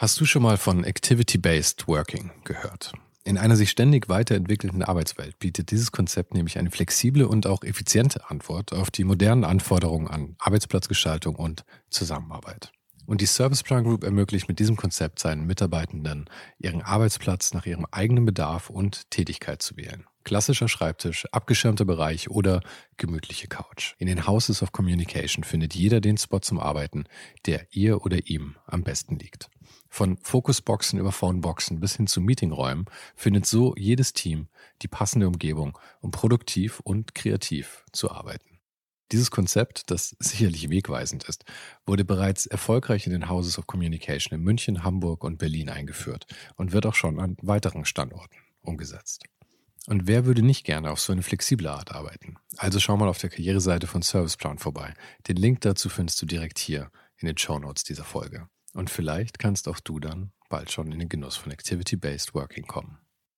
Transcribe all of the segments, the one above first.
Hast du schon mal von Activity-Based Working gehört? In einer sich ständig weiterentwickelnden Arbeitswelt bietet dieses Konzept nämlich eine flexible und auch effiziente Antwort auf die modernen Anforderungen an Arbeitsplatzgestaltung und Zusammenarbeit. Und die Serviceplan Group ermöglicht mit diesem Konzept seinen Mitarbeitenden, ihren Arbeitsplatz nach ihrem eigenen Bedarf und Tätigkeit zu wählen. Klassischer Schreibtisch, abgeschirmter Bereich oder gemütliche Couch. In den Houses of Communication findet jeder den Spot zum Arbeiten, der ihr oder ihm am besten liegt. Von Focusboxen über Phoneboxen bis hin zu Meetingräumen findet so jedes Team die passende Umgebung, um produktiv und kreativ zu arbeiten. Dieses Konzept, das sicherlich wegweisend ist, wurde bereits erfolgreich in den Houses of Communication in München, Hamburg und Berlin eingeführt und wird auch schon an weiteren Standorten umgesetzt. Und wer würde nicht gerne auf so eine flexible Art arbeiten? Also schau mal auf der Karriereseite von Serviceplan vorbei. Den Link dazu findest du direkt hier in den Shownotes dieser Folge. Und vielleicht kannst auch du dann bald schon in den Genuss von Activity-Based Working kommen.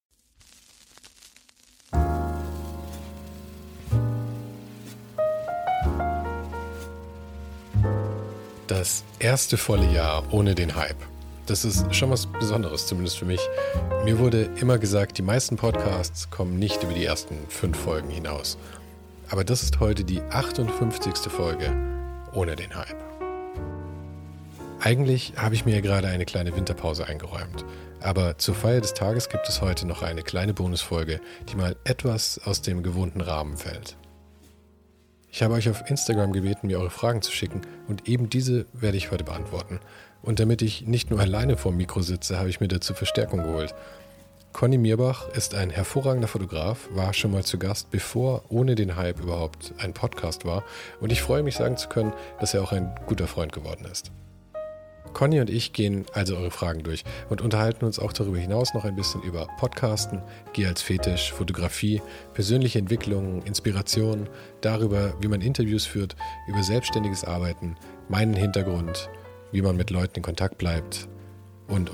Das erste volle Jahr ohne den Hype. Das ist schon was Besonderes, zumindest für mich. Mir wurde immer gesagt, die meisten Podcasts kommen nicht über die ersten 5 Folgen hinaus. Aber das ist heute die 58. Folge ohne den Hype. Eigentlich habe ich mir gerade eine kleine Winterpause eingeräumt. Aber zur Feier des Tages gibt es heute noch eine kleine Bonusfolge, die mal etwas aus dem gewohnten Rahmen fällt. Ich habe euch auf Instagram gebeten, mir eure Fragen zu schicken und eben diese werde ich heute beantworten. Und damit ich nicht nur alleine vorm Mikro sitze, habe ich mir dazu Verstärkung geholt. Conny Mirbach ist ein hervorragender Fotograf, war schon mal zu Gast, bevor ohne den Hype überhaupt ein Podcast war. Und ich freue mich sagen zu können, dass er auch ein guter Freund geworden ist. Conny und ich gehen also eure Fragen durch und unterhalten uns auch darüber hinaus noch ein bisschen über Podcasten, Geh als Fetisch, Fotografie, persönliche Entwicklungen, Inspiration, darüber, wie man Interviews führt, über selbstständiges Arbeiten, meinen Hintergrund, wie man mit Leuten in Kontakt bleibt und.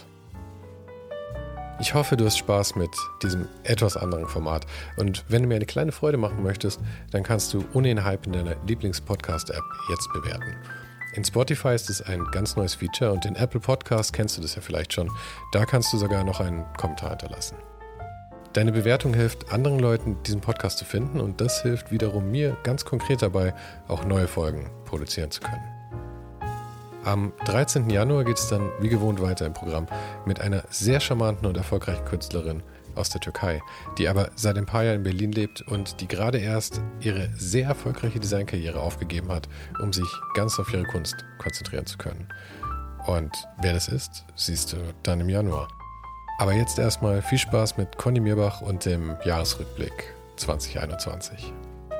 Ich hoffe, du hast Spaß mit diesem etwas anderen Format. Und wenn du mir eine kleine Freude machen möchtest, dann kannst du ohne den Hype in deiner Lieblings-Podcast-App jetzt bewerten. In Spotify ist es ein ganz neues Feature und in Apple Podcasts kennst du das ja vielleicht schon. Da kannst du sogar noch einen Kommentar hinterlassen. Deine Bewertung hilft anderen Leuten, diesen Podcast zu finden und das hilft wiederum mir ganz konkret dabei, auch neue Folgen produzieren zu können. Am 13. Januar geht es dann wie gewohnt weiter im Programm mit einer sehr charmanten und erfolgreichen Künstlerin aus der Türkei, die aber seit ein paar Jahren in Berlin lebt und die gerade erst ihre sehr erfolgreiche Designkarriere aufgegeben hat, um sich ganz auf ihre Kunst konzentrieren zu können. Und wer das ist, siehst du dann im Januar. Aber jetzt erstmal viel Spaß mit Conny Mirbach und dem Jahresrückblick 2021.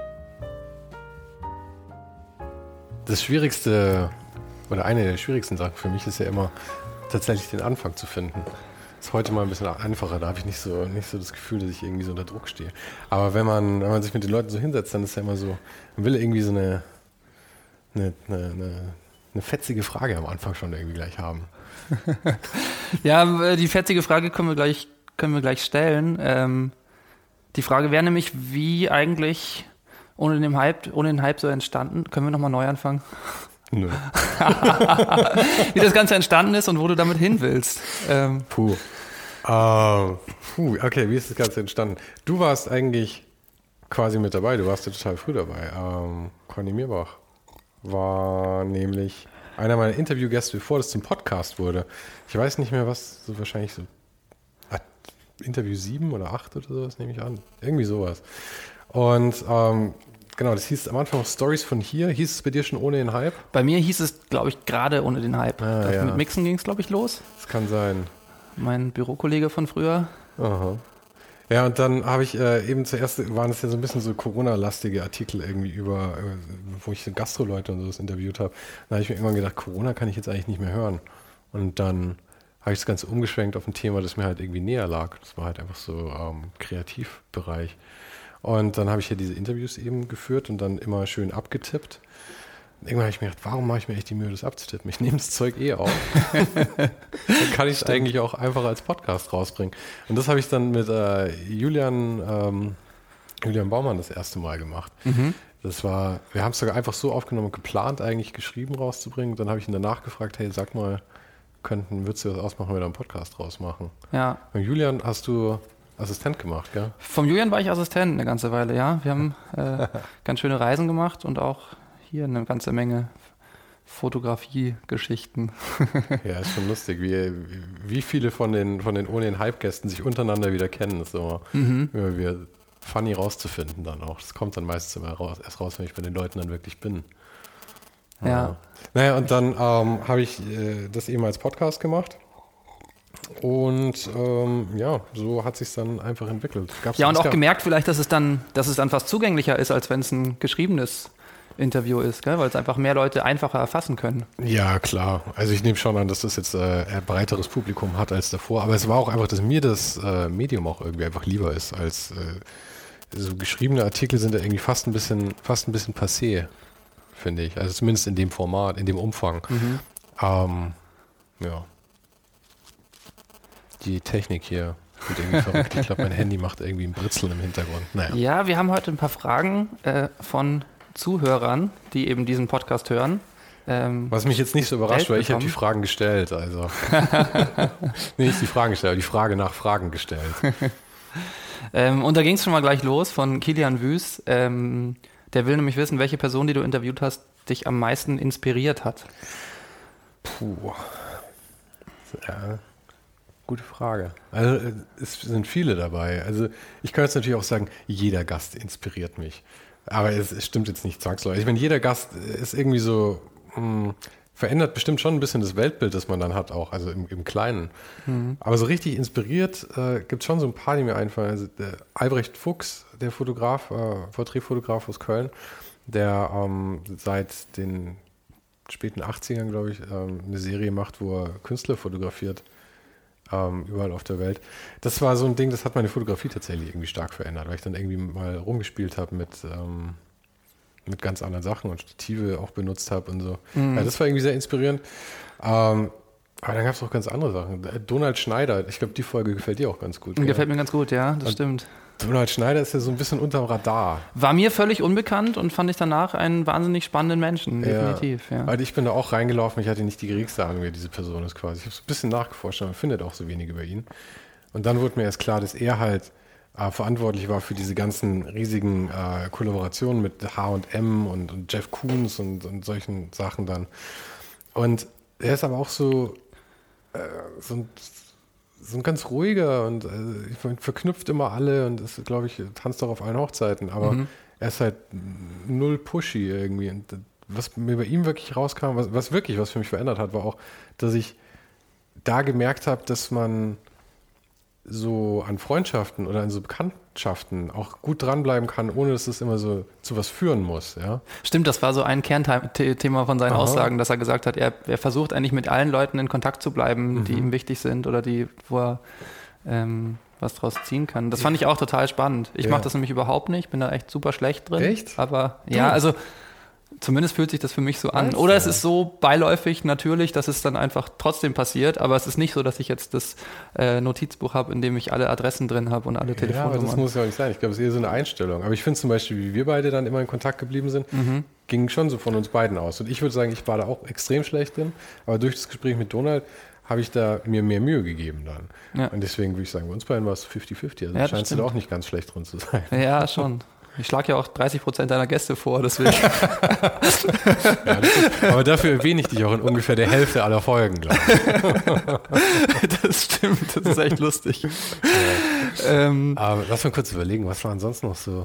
Das Schwierigste oder eine der schwierigsten Sachen für mich ist ja immer tatsächlich den Anfang zu finden. Ist heute mal ein bisschen einfacher, da habe ich nicht so das Gefühl, dass ich irgendwie so unter Druck stehe. Aber wenn man sich mit den Leuten so hinsetzt, dann ist ja immer so, man will irgendwie so eine fetzige Frage am Anfang schon irgendwie gleich haben. Ja, die fetzige Frage können wir gleich stellen. Die Frage wäre nämlich, wie eigentlich ohne den Hype so entstanden. Können wir nochmal neu anfangen? Nö. Wie das Ganze entstanden ist und wo du damit hin willst. Okay, wie ist das Ganze entstanden? Du warst eigentlich quasi mit dabei, du warst ja total früh dabei. Conny Mirbach war nämlich einer meiner Interviewgäste, bevor das zum Podcast wurde. Ich weiß nicht mehr, was, so wahrscheinlich so Interview 7 oder 8 oder sowas, nehme ich an. Irgendwie sowas. Und genau, das hieß am Anfang noch Stories von hier. Hieß es bei dir schon ohne den Hype? Bei mir hieß es, glaube ich, gerade ohne den Hype. Ja. Mit Mixen ging es, glaube ich, los. Das kann sein. Mein Bürokollege von früher. Aha. Ja, und dann habe ich eben zuerst, waren es ja so ein bisschen so Corona-lastige Artikel irgendwie wo ich so Gastro-Leute und sowas interviewt habe. Dann habe ich mir irgendwann gedacht, Corona kann ich jetzt eigentlich nicht mehr hören. Und dann habe ich das Ganze umgeschwenkt auf ein Thema, das mir halt irgendwie näher lag. Das war halt einfach so Kreativbereich. Und dann habe ich ja diese Interviews eben geführt und dann immer schön abgetippt. Und irgendwann habe ich mir gedacht, warum mache ich mir echt die Mühe, das abzutippen? Ich nehme das Zeug auf. Dann kann ich es eigentlich auch einfach als Podcast rausbringen. Und das habe ich dann mit Julian Baumann das erste Mal gemacht. Mhm. Wir haben es sogar einfach so aufgenommen und geplant, eigentlich geschrieben rauszubringen. Dann habe ich ihn danach gefragt, hey, sag mal, würdest du das ausmachen, wenn wir da einen Podcast draus machen. Ja. Mit Julian hast du Assistent gemacht, gell? Vom Julian war ich Assistent eine ganze Weile, ja. Wir haben ganz schöne Reisen gemacht und auch hier eine ganze Menge Fotografie-Geschichten. Ja, ist schon lustig, wie viele von den ohne den Hype-Gästen sich untereinander wieder kennen. Das ist immer wieder funny rauszufinden dann auch. Das kommt dann meistens immer erst raus, wenn ich bei den Leuten dann wirklich bin. Ja. Naja, und dann habe ich das eben als Podcast gemacht. Und so hat sich dann einfach entwickelt. Und auch gemerkt vielleicht, dass es dann fast zugänglicher ist, als wenn es ein geschriebenes Interview ist, gell? Weil es einfach mehr Leute einfacher erfassen können. Ja, klar. Also ich nehme schon an, dass das jetzt ein breiteres Publikum hat als davor. Aber es war auch einfach, dass mir das Medium auch irgendwie einfach lieber ist, als so geschriebene Artikel sind ja irgendwie fast ein bisschen passé, finde ich. Also zumindest in dem Format, in dem Umfang. Ja. Die Technik hier wird irgendwie verrückt. Ich glaube, mein Handy macht irgendwie ein Britzeln im Hintergrund. Naja. Ja, wir haben heute ein paar Fragen von Zuhörern, die eben diesen Podcast hören. Was mich jetzt nicht so überrascht, weil ich habe die Fragen gestellt. Also. Nicht die Fragen gestellt, aber die Frage nach Fragen gestellt. Und da ging es schon mal gleich los von Kilian Wüst. Der will nämlich wissen, welche Person, die du interviewt hast, dich am meisten inspiriert hat. Puh. Ja, gute Frage. Also es sind viele dabei. Also ich kann jetzt natürlich auch sagen, jeder Gast inspiriert mich. Aber es stimmt jetzt nicht zwangsläufig. Ich meine, jeder Gast ist irgendwie so, verändert bestimmt schon ein bisschen das Weltbild, das man dann hat auch, also im Kleinen. Aber so richtig inspiriert gibt es schon so ein paar, die mir einfallen. Also der Albrecht Fuchs, der Fotograf, Porträtfotograf aus Köln, der seit den späten 80ern, glaube ich, eine Serie macht, wo er Künstler fotografiert. Überall auf der Welt. Das war so ein Ding, das hat meine Fotografie tatsächlich irgendwie stark verändert, weil ich dann irgendwie mal rumgespielt habe mit ganz anderen Sachen und Stative auch benutzt habe und so. Ja, das war irgendwie sehr inspirierend. Aber dann gab es auch ganz andere Sachen. Donald Schneider, ich glaube, die Folge gefällt dir auch ganz gut. Gefällt mir ganz gut, ja, das stimmt. Donald Schneider ist ja so ein bisschen unterm Radar. War mir völlig unbekannt und fand ich danach einen wahnsinnig spannenden Menschen, definitiv. Ja. Also ich bin da auch reingelaufen, ich hatte nicht die geringste Ahnung, wer diese Person ist quasi. Ich habe so ein bisschen nachgeforscht, aber man findet auch so wenig über ihn. Und dann wurde mir erst klar, dass er halt verantwortlich war für diese ganzen riesigen Kollaborationen mit H&M und Jeff Koons und solchen Sachen dann. Und er ist aber auch so ein ganz ruhiger und verknüpft immer alle und ist, glaube ich, tanzt auch auf allen Hochzeiten. Aber er ist halt null pushy irgendwie. Und was mir bei ihm wirklich rauskam, was für mich verändert hat, war auch, dass ich da gemerkt habe, dass man so an Freundschaften oder an so Bekanntschaften auch gut dranbleiben kann, ohne dass es immer so zu was führen muss. Ja? Stimmt, das war so ein Kernthema von seinen Aussagen, dass er gesagt hat, er versucht eigentlich mit allen Leuten in Kontakt zu bleiben, die ihm wichtig sind oder wo er was draus ziehen kann. Das fand ich auch total spannend. Ich mache das nämlich überhaupt nicht, bin da echt super schlecht drin. Echt? Aber ja, also zumindest fühlt sich das für mich so an. Oder es ist so beiläufig natürlich, dass es dann einfach trotzdem passiert, aber es ist nicht so, dass ich jetzt das Notizbuch habe, in dem ich alle Adressen drin habe und alle Telefonnummern. Ja, aber das muss ja auch nicht sein. Ich glaube, es ist eher so eine Einstellung. Aber ich finde zum Beispiel, wie wir beide dann immer in Kontakt geblieben sind, ging schon so von uns beiden aus. Und ich würde sagen, ich war da auch extrem schlecht drin, aber durch das Gespräch mit Donald habe ich da mir mehr Mühe gegeben dann. Ja. Und deswegen würde ich sagen, bei uns beiden war es 50-50. Also scheinst du da auch nicht ganz schlecht drin zu sein. Ja, schon. Ich schlage ja auch 30% deiner Gäste vor, deswegen. Ja, aber dafür erwähne ich dich auch in ungefähr der Hälfte aller Folgen, glaube ich. Das stimmt, das ist echt lustig. Ja. Aber lass mal kurz überlegen, was waren sonst noch so?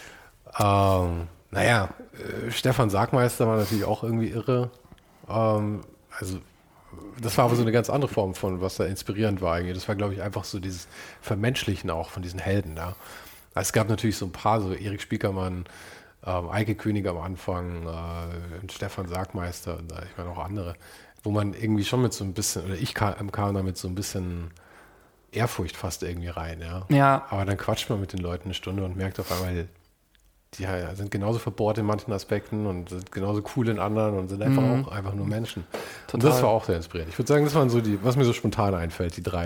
Stefan Sagmeister war natürlich auch irgendwie irre. Also das war aber so eine ganz andere Form von, was da inspirierend war eigentlich. Das war, glaube ich, einfach so dieses Vermenschlichen auch von diesen Helden da. Es gab natürlich so ein paar, so Erik Spiekermann, Eike König am Anfang, Stefan Sagmeister und ich meine auch andere, wo man irgendwie schon mit so ein bisschen, oder ich kam da mit so ein bisschen Ehrfurcht fast irgendwie rein. Ja. Aber dann quatscht man mit den Leuten eine Stunde und merkt auf einmal, die sind genauso verbohrt in manchen Aspekten und sind genauso cool in anderen und sind einfach nur Menschen. Total. Und das war auch sehr inspirierend. Ich würde sagen, das waren so die, was mir so spontan einfällt, die drei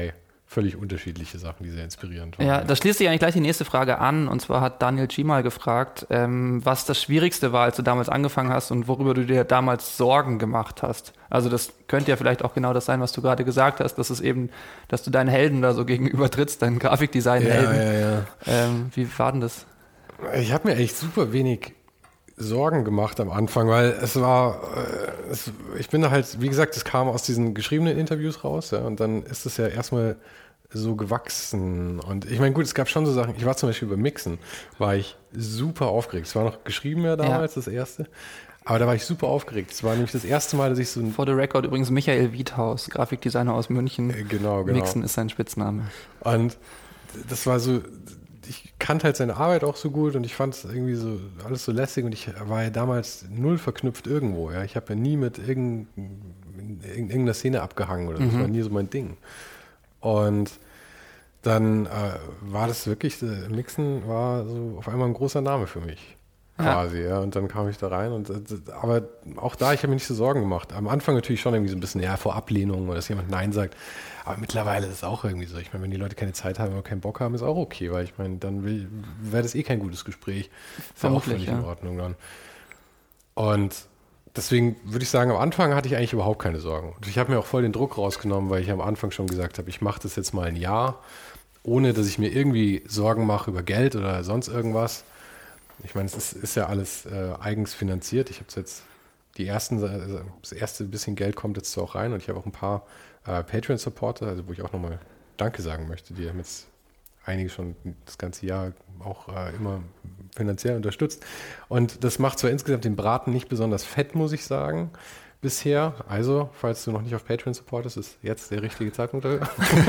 völlig unterschiedliche Sachen, die sehr inspirierend waren. Ja, da schließt sich eigentlich gleich die nächste Frage an. Und zwar hat Daniel G. mal gefragt, was das Schwierigste war, als du damals angefangen hast und worüber du dir damals Sorgen gemacht hast. Also das könnte ja vielleicht auch genau das sein, was du gerade gesagt hast, dass es eben, dass du deinen Helden da so gegenüber trittst, deinen Grafikdesign-Helden. Wie war denn das? Ich habe mir echt super wenig Sorgen gemacht am Anfang, weil es war, ich bin da halt, wie gesagt, es kam aus diesen geschriebenen Interviews raus, ja, und dann ist es ja erstmal so gewachsen. Und ich meine, gut, es gab schon so Sachen, ich war zum Beispiel beim Mixen, war ich super aufgeregt. Es war noch geschrieben ja damals, das erste. Aber da war ich super aufgeregt. Es war nämlich das erste Mal, dass ich so ein... For the record übrigens Michael Wiethaus, Grafikdesigner aus München. Genau. Mixen ist sein Spitzname. Und das war so... Ich kannte halt seine Arbeit auch so gut und ich fand es irgendwie so alles so lässig und ich war ja damals null verknüpft irgendwo. Ja. Ich habe ja nie mit irgendeiner Szene abgehangen oder so. Das war nie so mein Ding. Und dann war das wirklich, Mixen war so auf einmal ein großer Name für mich. Quasi, ja. Und dann kam ich da rein und aber auch da, ich habe mir nicht so Sorgen gemacht. Am Anfang natürlich schon irgendwie so ein bisschen, vor Ablehnung oder dass jemand Nein sagt. Aber mittlerweile ist es auch irgendwie so. Ich meine, wenn die Leute keine Zeit haben oder keinen Bock haben, ist auch okay, weil ich meine, dann wäre das kein gutes Gespräch. Ist ja auch völlig in Ordnung dann. Und deswegen würde ich sagen, am Anfang hatte ich eigentlich überhaupt keine Sorgen. Und ich habe mir auch voll den Druck rausgenommen, weil ich am Anfang schon gesagt habe, ich mache das jetzt mal ein Jahr, ohne dass ich mir irgendwie Sorgen mache über Geld oder sonst irgendwas. Ich meine, es ist ja alles eigens finanziert. Ich habe jetzt das erste bisschen Geld kommt jetzt auch rein und ich habe auch ein paar Patreon-Supporter, also wo ich auch nochmal Danke sagen möchte. Die haben jetzt einige schon das ganze Jahr auch immer finanziell unterstützt. Und das macht zwar insgesamt den Braten nicht besonders fett, muss ich sagen, bisher. Also, falls du noch nicht auf Patreon supportest, ist jetzt der richtige Zeitpunkt dafür.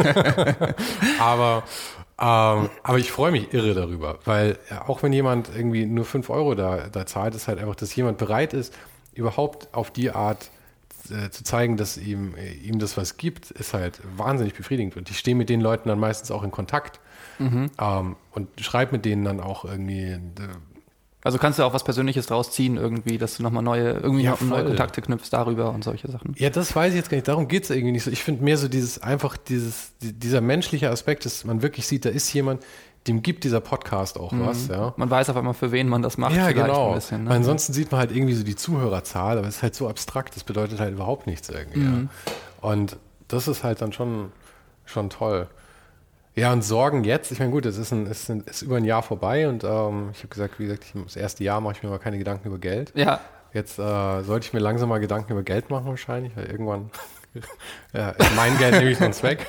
Aber ich freue mich irre darüber, weil auch wenn jemand irgendwie nur 5 Euro da zahlt, ist halt einfach, dass jemand bereit ist, überhaupt auf die Art zu zeigen, dass ihm das was gibt, ist halt wahnsinnig befriedigend. Und ich stehe mit den Leuten dann meistens auch in Kontakt und schreibe mit denen dann auch irgendwie. Also kannst du auch was Persönliches draus ziehen irgendwie, dass du nochmal neue Kontakte knüpfst darüber und solche Sachen. Ja, das weiß ich jetzt gar nicht. Darum geht es irgendwie nicht so. Ich finde mehr so dieser menschliche Aspekt, dass man wirklich sieht, da ist jemand, dem gibt dieser Podcast auch was. Ja. Man weiß auf einmal, für wen man das macht. Ja, vielleicht genau. Ein bisschen, ne? Ansonsten sieht man halt irgendwie so die Zuhörerzahl, aber es ist halt so abstrakt, das bedeutet halt überhaupt nichts irgendwie. Ja. Und das ist halt dann schon toll. Ja, und Sorgen jetzt, ich meine gut, es ist über ein Jahr vorbei und ich habe gesagt, wie gesagt, das erste Jahr mache ich mir mal keine Gedanken über Geld. Ja. Jetzt sollte ich mir langsam mal Gedanken über Geld machen wahrscheinlich, weil irgendwann ist mein Geld nämlich sonst weg.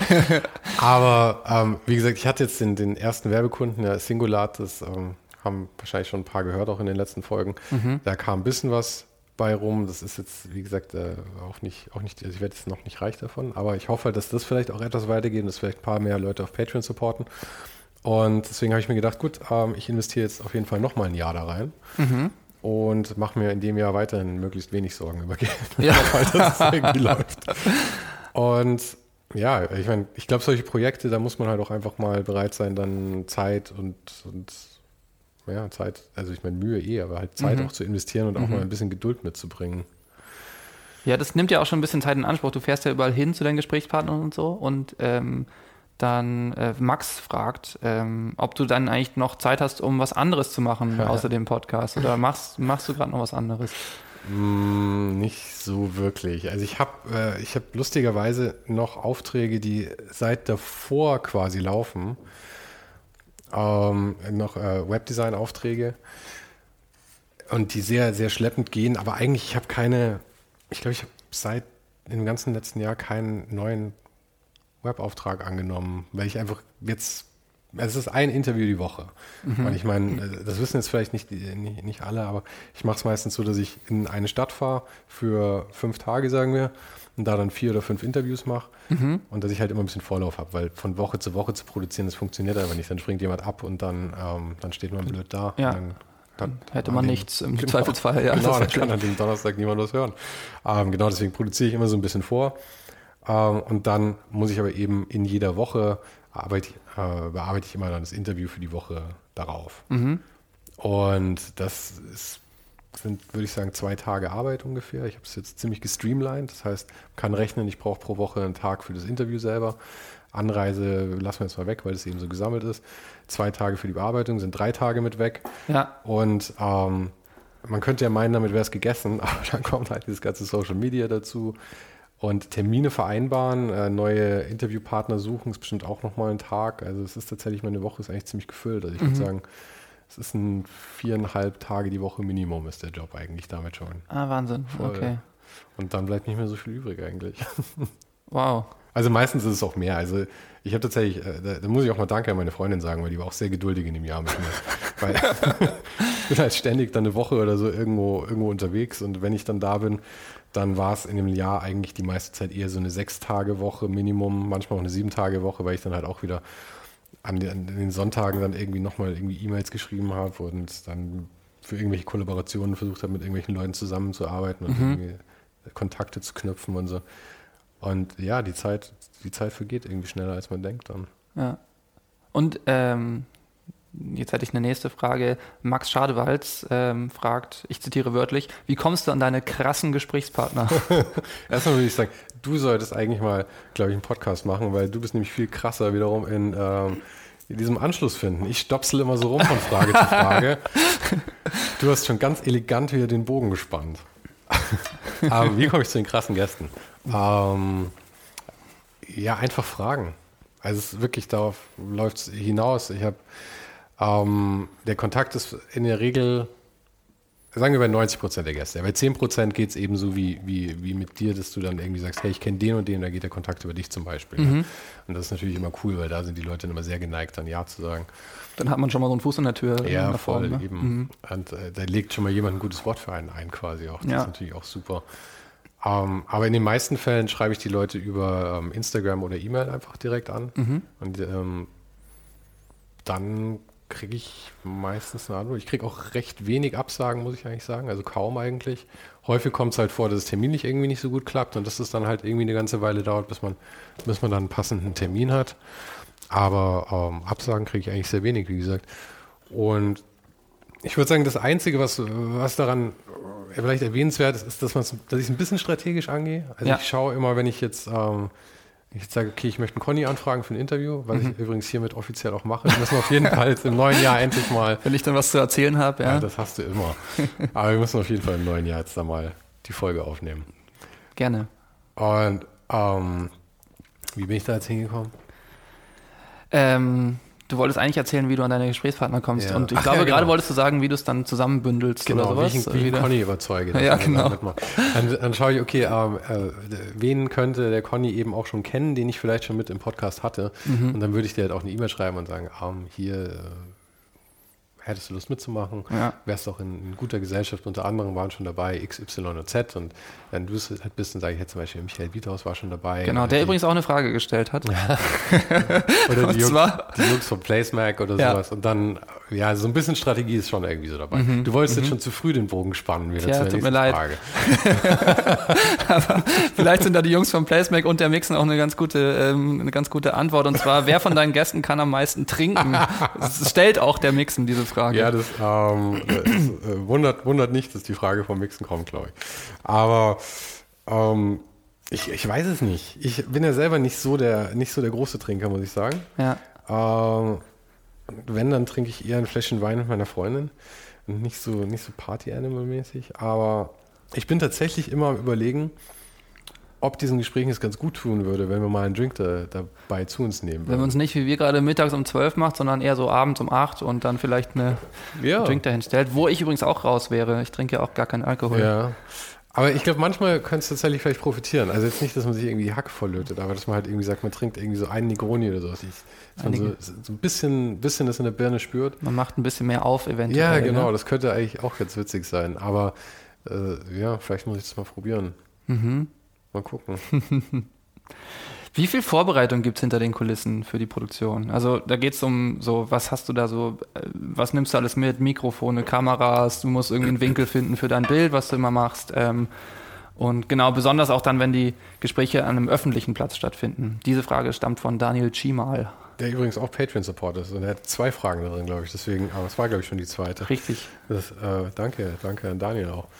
Aber wie gesagt, ich hatte jetzt den ersten Werbekunden, der Singulat, das haben wahrscheinlich schon ein paar gehört, auch in den letzten Folgen. Da kam ein bisschen was bei rum. Das ist jetzt, wie gesagt, auch nicht, also ich werde jetzt noch nicht reich davon, aber ich hoffe halt, dass das vielleicht auch etwas weitergeht und dass vielleicht ein paar mehr Leute auf Patreon supporten. Und deswegen habe ich mir gedacht, gut, ich investiere jetzt auf jeden Fall nochmal ein Jahr da rein. Und mache mir in dem Jahr weiterhin möglichst wenig Sorgen über Geld, weil das irgendwie läuft. Und ja, ich meine, ich glaube, solche Projekte, da muss man halt auch einfach mal bereit sein, dann Zeit und Zeit, also ich meine Mühe aber halt Zeit auch zu investieren und auch mal ein bisschen Geduld mitzubringen. Ja, das nimmt ja auch schon ein bisschen Zeit in Anspruch. Du fährst ja überall hin zu deinen Gesprächspartnern und so und dann Max fragt, ob du dann eigentlich noch Zeit hast, um was anderes zu machen außer dem Podcast. Oder machst du gerade noch was anderes? Nicht so wirklich. Also ich hab lustigerweise noch Aufträge, die seit davor quasi laufen. Noch Webdesign-Aufträge und die sehr, sehr schleppend gehen. Aber eigentlich, ich habe seit dem ganzen letzten Jahr keinen neuen Webauftrag angenommen, weil ich einfach jetzt, es ist ein Interview die Woche. Und ich meine, das wissen jetzt vielleicht nicht alle, aber ich mache es meistens so, dass ich in eine Stadt fahre für 5 Tage, sagen wir, und da dann 4 oder 5 Interviews mache und dass ich halt immer ein bisschen Vorlauf habe, weil von Woche zu produzieren, das funktioniert einfach nicht. Dann springt jemand ab und dann steht man blöd da. Ja. Dann hätte man nichts im Zweifelsfall. Ja, genau, dann kann an dem Donnerstag niemand was hören. Genau, deswegen produziere ich immer so ein bisschen vor. Und dann muss ich aber eben in jeder Woche bearbeite ich immer dann das Interview für die Woche darauf. Und das ist sind, würde ich sagen, 2 Tage Arbeit ungefähr. Ich habe es jetzt ziemlich gestreamlined. Das heißt, man kann rechnen, ich brauche pro Woche einen Tag für das Interview selber. Anreise lassen wir jetzt mal weg, weil es eben so gesammelt ist. 2 Tage für die Bearbeitung, sind 3 Tage mit weg. Ja. Und man könnte ja meinen, damit wäre es gegessen, aber dann kommt halt dieses ganze Social Media dazu. Und Termine vereinbaren, neue Interviewpartner suchen, ist bestimmt auch nochmal ein Tag. Also es ist tatsächlich, meine Woche ist eigentlich ziemlich gefüllt. Also ich würde sagen, es ist ein 4,5 Tage die Woche Minimum ist der Job eigentlich damit schon. Ah, Wahnsinn, voll. Okay. Und dann bleibt nicht mehr so viel übrig eigentlich. Wow. Also meistens ist es auch mehr. Also ich habe tatsächlich, da muss ich auch mal Danke an meine Freundin sagen, weil die war auch sehr geduldig in dem Jahr mit mir. Weil ich bin halt ständig dann eine Woche oder so irgendwo unterwegs und wenn ich dann da bin, dann war es in dem Jahr eigentlich die meiste Zeit eher so eine 6-Tage-Woche Minimum, manchmal auch eine 7-Tage-Woche, weil ich dann halt auch wieder an den Sonntagen dann irgendwie nochmal irgendwie E-Mails geschrieben habe und dann für irgendwelche Kollaborationen versucht habe, mit irgendwelchen Leuten zusammenzuarbeiten und irgendwie Kontakte zu knüpfen und so. Und ja, die Zeit vergeht irgendwie schneller, als man denkt dann. Ja. Und jetzt hätte ich eine nächste Frage. Max Schadewalz fragt, ich zitiere wörtlich, wie kommst du an deine krassen Gesprächspartner? Erstmal würde ich sagen, du solltest eigentlich mal, glaube ich, einen Podcast machen, weil du bist nämlich viel krasser wiederum in diesem Anschluss finden. Ich stopsel immer so rum von Frage zu Frage. Du hast schon ganz elegant wieder den Bogen gespannt. Aber wie komme ich zu den krassen Gästen? Ja, einfach fragen. Also es ist wirklich, darauf läuft es hinaus. Ich habe der Kontakt ist in der Regel, sagen wir bei 90% der Gäste. Bei 10% geht es eben so wie mit dir, dass du dann irgendwie sagst, hey, ich kenne den und den, da geht der Kontakt über dich zum Beispiel. Ja. Und das ist natürlich immer cool, weil da sind die Leute dann immer sehr geneigt, dann Ja zu sagen. Dann hat man schon mal so einen Fuß in der Tür. Ja, voll, ne? Eben. Und da legt schon mal jemand ein gutes Wort für einen ein quasi auch. Das ist natürlich auch super. Aber in den meisten Fällen schreibe ich die Leute über Instagram oder E-Mail einfach direkt an. Und dann kriege ich meistens eine Antwort. Ich kriege auch recht wenig Absagen, muss ich eigentlich sagen. Also kaum eigentlich. Häufig kommt es halt vor, dass es terminlich irgendwie nicht so gut klappt und dass es dann halt irgendwie eine ganze Weile dauert, bis man dann einen passenden Termin hat. Aber Absagen kriege ich eigentlich sehr wenig, wie gesagt. Und ich würde sagen, das Einzige, was daran vielleicht erwähnenswert ist, dass ich es ein bisschen strategisch angehe. Also ich schaue immer, wenn ich jetzt sage, okay, ich möchte einen Conny anfragen für ein Interview, was ich übrigens hiermit offiziell auch mache. Wir müssen auf jeden Fall jetzt im neuen Jahr endlich mal... Wenn ich dann was zu erzählen habe, ja. Ja, das hast du immer. Aber wir müssen auf jeden Fall im neuen Jahr jetzt da mal die Folge aufnehmen. Gerne. Und wie bin ich da jetzt hingekommen? Du wolltest eigentlich erzählen, wie du an deine Gesprächspartner kommst. Ja. Und ich glaube, genau. gerade wolltest du sagen, wie du es dann zusammenbündelst oder sowas. Wie ich Conny überzeuge. Ja, genau. Dann schaue ich, okay, wen könnte der Conny eben auch schon kennen, den ich vielleicht schon mit im Podcast hatte. Und dann würde ich dir halt auch eine E-Mail schreiben und sagen, hier hättest du Lust mitzumachen, wärst auch in guter Gesellschaft, unter anderem waren schon dabei X, Y und Z und wenn du es halt bist, dann sage ich jetzt zum Beispiel, Michael Wiethaus war schon dabei. Genau, der übrigens auch eine Frage gestellt hat. Oder die Jungs von Placemac oder sowas und dann, ja, so ein bisschen Strategie ist schon irgendwie so dabei. Du wolltest jetzt schon zu früh den Bogen spannen, wieder zur nächsten Frage. Aber vielleicht sind da die Jungs von Placemac und der Mixen auch eine ganz gute Antwort und zwar, wer von deinen Gästen kann am meisten trinken? Das stellt auch der Mixen diese Frage. Ja, das wundert nicht, dass die Frage vom Mixen kommt, glaube ich. Aber ich weiß es nicht. Ich bin ja selber nicht so der große Trinker, muss ich sagen. Ja. Wenn, dann trinke ich eher ein Fläschchen Wein mit meiner Freundin und nicht so Party-Animal-mäßig. Aber ich bin tatsächlich immer am Überlegen, ob diesen Gesprächen es ganz gut tun würde, wenn wir mal einen Drink dabei zu uns nehmen würden. Wenn man es nicht wie wir gerade mittags um 12 macht, sondern eher so abends um 8 und dann vielleicht einen Drink dahin stellt, wo ich übrigens auch raus wäre. Ich trinke ja auch gar keinen Alkohol. Ja, aber ich glaube, manchmal könnte es tatsächlich vielleicht profitieren. Also jetzt nicht, dass man sich irgendwie die Hacke volllötet, aber dass man halt irgendwie sagt, man trinkt irgendwie so einen Negroni oder sowas. Dass man so ein bisschen das in der Birne spürt. Man macht ein bisschen mehr auf eventuell. Ja, genau, das könnte eigentlich auch ganz witzig sein. Aber vielleicht muss ich das mal probieren. Mal gucken. Wie viel Vorbereitung gibt es hinter den Kulissen für die Produktion? Also da geht es um so, was hast du da so, was nimmst du alles mit? Mikrofone, Kameras, du musst irgendwie einen Winkel finden für dein Bild, was du immer machst. Und genau, besonders auch dann, wenn die Gespräche an einem öffentlichen Platz stattfinden. Diese Frage stammt von Daniel Tschimal. der übrigens auch Patreon-Support ist. Und er hat 2 Fragen da drin, glaube ich. Deswegen, aber es war, glaube ich, schon die zweite. Richtig. Danke an Daniel auch.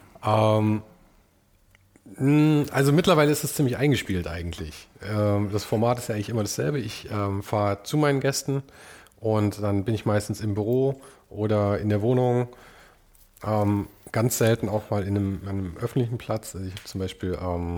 Also mittlerweile ist es ziemlich eingespielt eigentlich. Das Format ist ja eigentlich immer dasselbe. Ich fahre zu meinen Gästen und dann bin ich meistens im Büro oder in der Wohnung. Ganz selten auch mal in einem öffentlichen Platz. Also ich habe zum Beispiel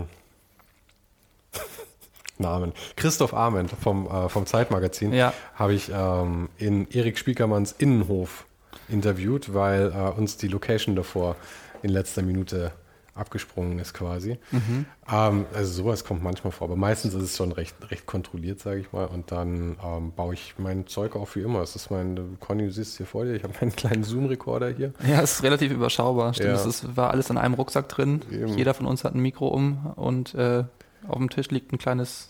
Namen. Christoph Arment vom Zeitmagazin habe ich in Erik Spiekermanns Innenhof interviewt, weil uns die Location davor in letzter Minute abgesprungen ist quasi. Also sowas kommt manchmal vor, aber meistens ist es schon recht kontrolliert, sage ich mal. Und dann baue ich mein Zeug auf wie immer. Es ist Conny, du siehst es hier vor dir, ich habe meinen kleinen Zoom-Rekorder hier. Ja, es ist relativ überschaubar. Stimmt, es war alles in einem Rucksack drin. Eben. Jeder von uns hat ein Mikro und auf dem Tisch liegt ein kleines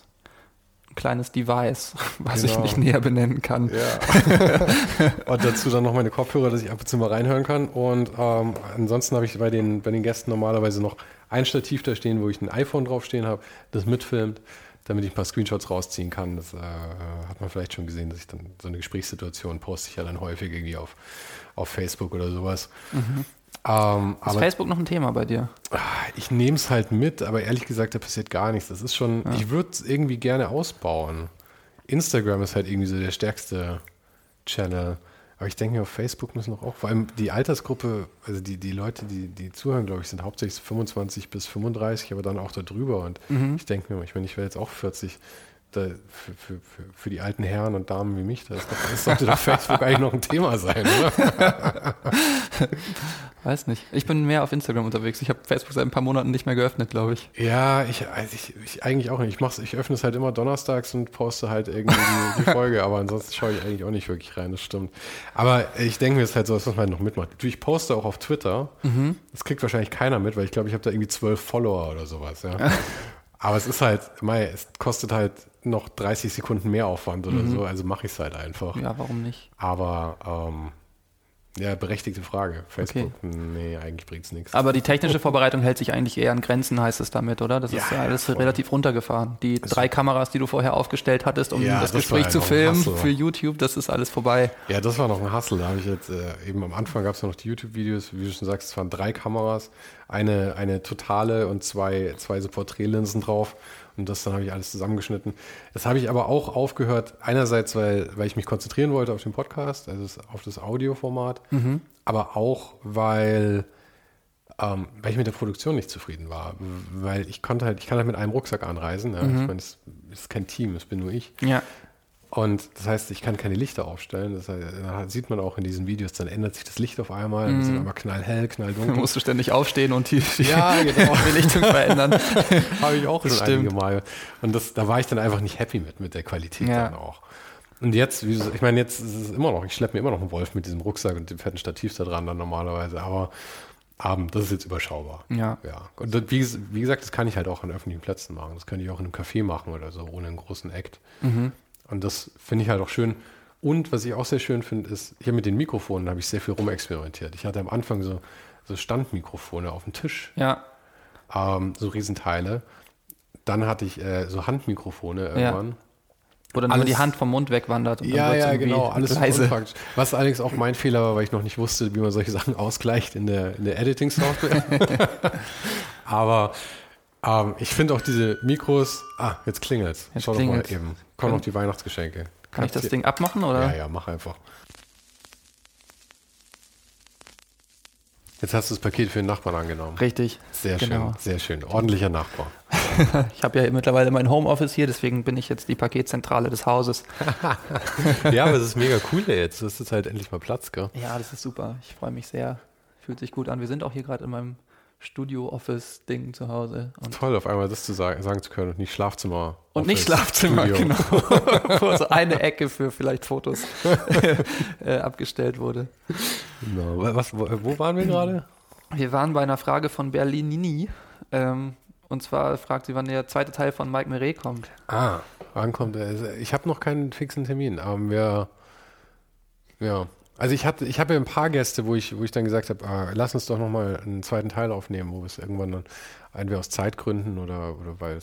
Device, was ich nicht näher benennen kann. Ja. Und dazu dann noch meine Kopfhörer, dass ich ab und zu mal reinhören kann. Und ansonsten habe ich bei den Gästen normalerweise noch ein Stativ da stehen, wo ich ein iPhone draufstehen habe, das mitfilmt, damit ich ein paar Screenshots rausziehen kann. Das hat man vielleicht schon gesehen, dass ich dann so eine Gesprächssituation poste ich ja dann häufig irgendwie auf Facebook oder sowas. Ist Facebook noch ein Thema bei dir? Ich nehme es halt mit, aber ehrlich gesagt, da passiert gar nichts. Das ist schon, ich würde es irgendwie gerne ausbauen. Instagram ist halt irgendwie so der stärkste Channel. Aber ich denke mir, auf Facebook müssen auch, vor allem die Altersgruppe, also die Leute, die zuhören, glaube ich, sind hauptsächlich 25 bis 35, aber dann auch da drüber. Und ich denke mir, ich werde jetzt auch 40. Für die alten Herren und Damen wie mich, das sollte doch Facebook eigentlich noch ein Thema sein, oder? Weiß nicht. Ich bin mehr auf Instagram unterwegs. Ich habe Facebook seit ein paar Monaten nicht mehr geöffnet, glaube ich. Ja, ich eigentlich auch nicht. Ich öffne es halt immer donnerstags und poste halt irgendwie die Folge, aber ansonsten schaue ich eigentlich auch nicht wirklich rein, das stimmt. Aber ich denke mir, es ist halt so, dass man halt noch mitmacht. Ich poste auch auf Twitter. Das kriegt wahrscheinlich keiner mit, weil ich glaube, ich habe da irgendwie 12 Follower oder sowas, ja. Aber es ist halt, es kostet halt noch 30 Sekunden mehr Aufwand oder so, also mache ich es halt einfach. Ja, warum nicht? Aber berechtigte Frage. Facebook, nee, eigentlich bringt es nichts. Aber die technische Vorbereitung hält sich eigentlich eher an Grenzen, heißt es damit, oder? Das ist ja alles relativ runtergefahren. Die 3 Kameras, die du vorher aufgestellt hattest, um das Gespräch zu filmen für YouTube, das ist alles vorbei. Ja, das war noch ein Hustle. Da habe ich jetzt eben am Anfang gab es noch die YouTube-Videos, wie du schon sagst, es waren 3 Kameras, eine totale und zwei so Porträtlinsen drauf. Und das dann habe ich alles zusammengeschnitten. Das habe ich aber auch aufgehört, einerseits, weil ich mich konzentrieren wollte auf den Podcast, also auf das Audioformat, aber auch, weil ich mit der Produktion nicht zufrieden war. Weil ich kann halt mit einem Rucksack anreisen. Ja. Ich meine, es ist kein Team, es bin nur ich. Ja. Und das heißt, ich kann keine Lichter aufstellen. Das heißt, da sieht man auch in diesen Videos, dann ändert sich das Licht auf einmal. Es ist einmal knallhell, knalldunkel. Dann musst du ständig aufstehen und die Belichtung verändern. Habe ich auch schon einige Mal. Und da war ich dann einfach nicht happy mit der Qualität dann auch. Und jetzt, ich meine, jetzt ist es immer noch, ich schleppe mir immer noch einen Wolf mit diesem Rucksack und dem fetten Stativ da dran dann normalerweise. Aber das ist jetzt überschaubar. Ja. Und das, wie gesagt, das kann ich halt auch an öffentlichen Plätzen machen. Das kann ich auch in einem Café machen oder so, ohne einen großen Act. Und das finde ich halt auch schön. Und was ich auch sehr schön finde, ist, hier mit den Mikrofonen habe ich sehr viel rumexperimentiert. Ich hatte am Anfang so Standmikrofone auf dem Tisch. Ja. So Riesenteile. Dann hatte ich so Handmikrofone irgendwann. Wo dann nur die Hand vom Mund wegwandert. Und dann genau. Alles leise. Was allerdings auch mein Fehler war, weil ich noch nicht wusste, wie man solche Sachen ausgleicht in der Editing-Software. Aber ich finde auch diese Mikros, jetzt klingelt's. Schau doch mal eben. Kommen noch die Weihnachtsgeschenke. Kann ich das Ding abmachen, oder? Ja, mach einfach. Jetzt hast du das Paket für den Nachbarn angenommen. Richtig. Sehr schön, sehr schön. Ordentlicher Nachbar. Ich habe ja mittlerweile mein Homeoffice hier, deswegen bin ich jetzt die Paketzentrale des Hauses. Ja, aber es ist mega cool jetzt. Das ist halt endlich mal Platz, gell? Ja, das ist super. Ich freue mich sehr. Fühlt sich gut an. Wir sind auch hier gerade in meinem Studio-Office-Ding zu Hause. Und toll, auf einmal das zu sagen zu können und nicht Schlafzimmer. Und nicht Schlafzimmer, genau. Wo so eine Ecke für vielleicht Fotos abgestellt wurde. Genau. Wo waren wir gerade? Wir waren bei einer Frage von Berlinini. Und zwar fragt sie, wann der zweite Teil von Mike Meret kommt. Wann kommt er? Ich habe noch keinen fixen Termin, aber also ich habe ja ein paar Gäste, wo ich dann gesagt habe, lass uns doch nochmal einen zweiten Teil aufnehmen, wo wir es irgendwann dann entweder aus Zeitgründen oder weil es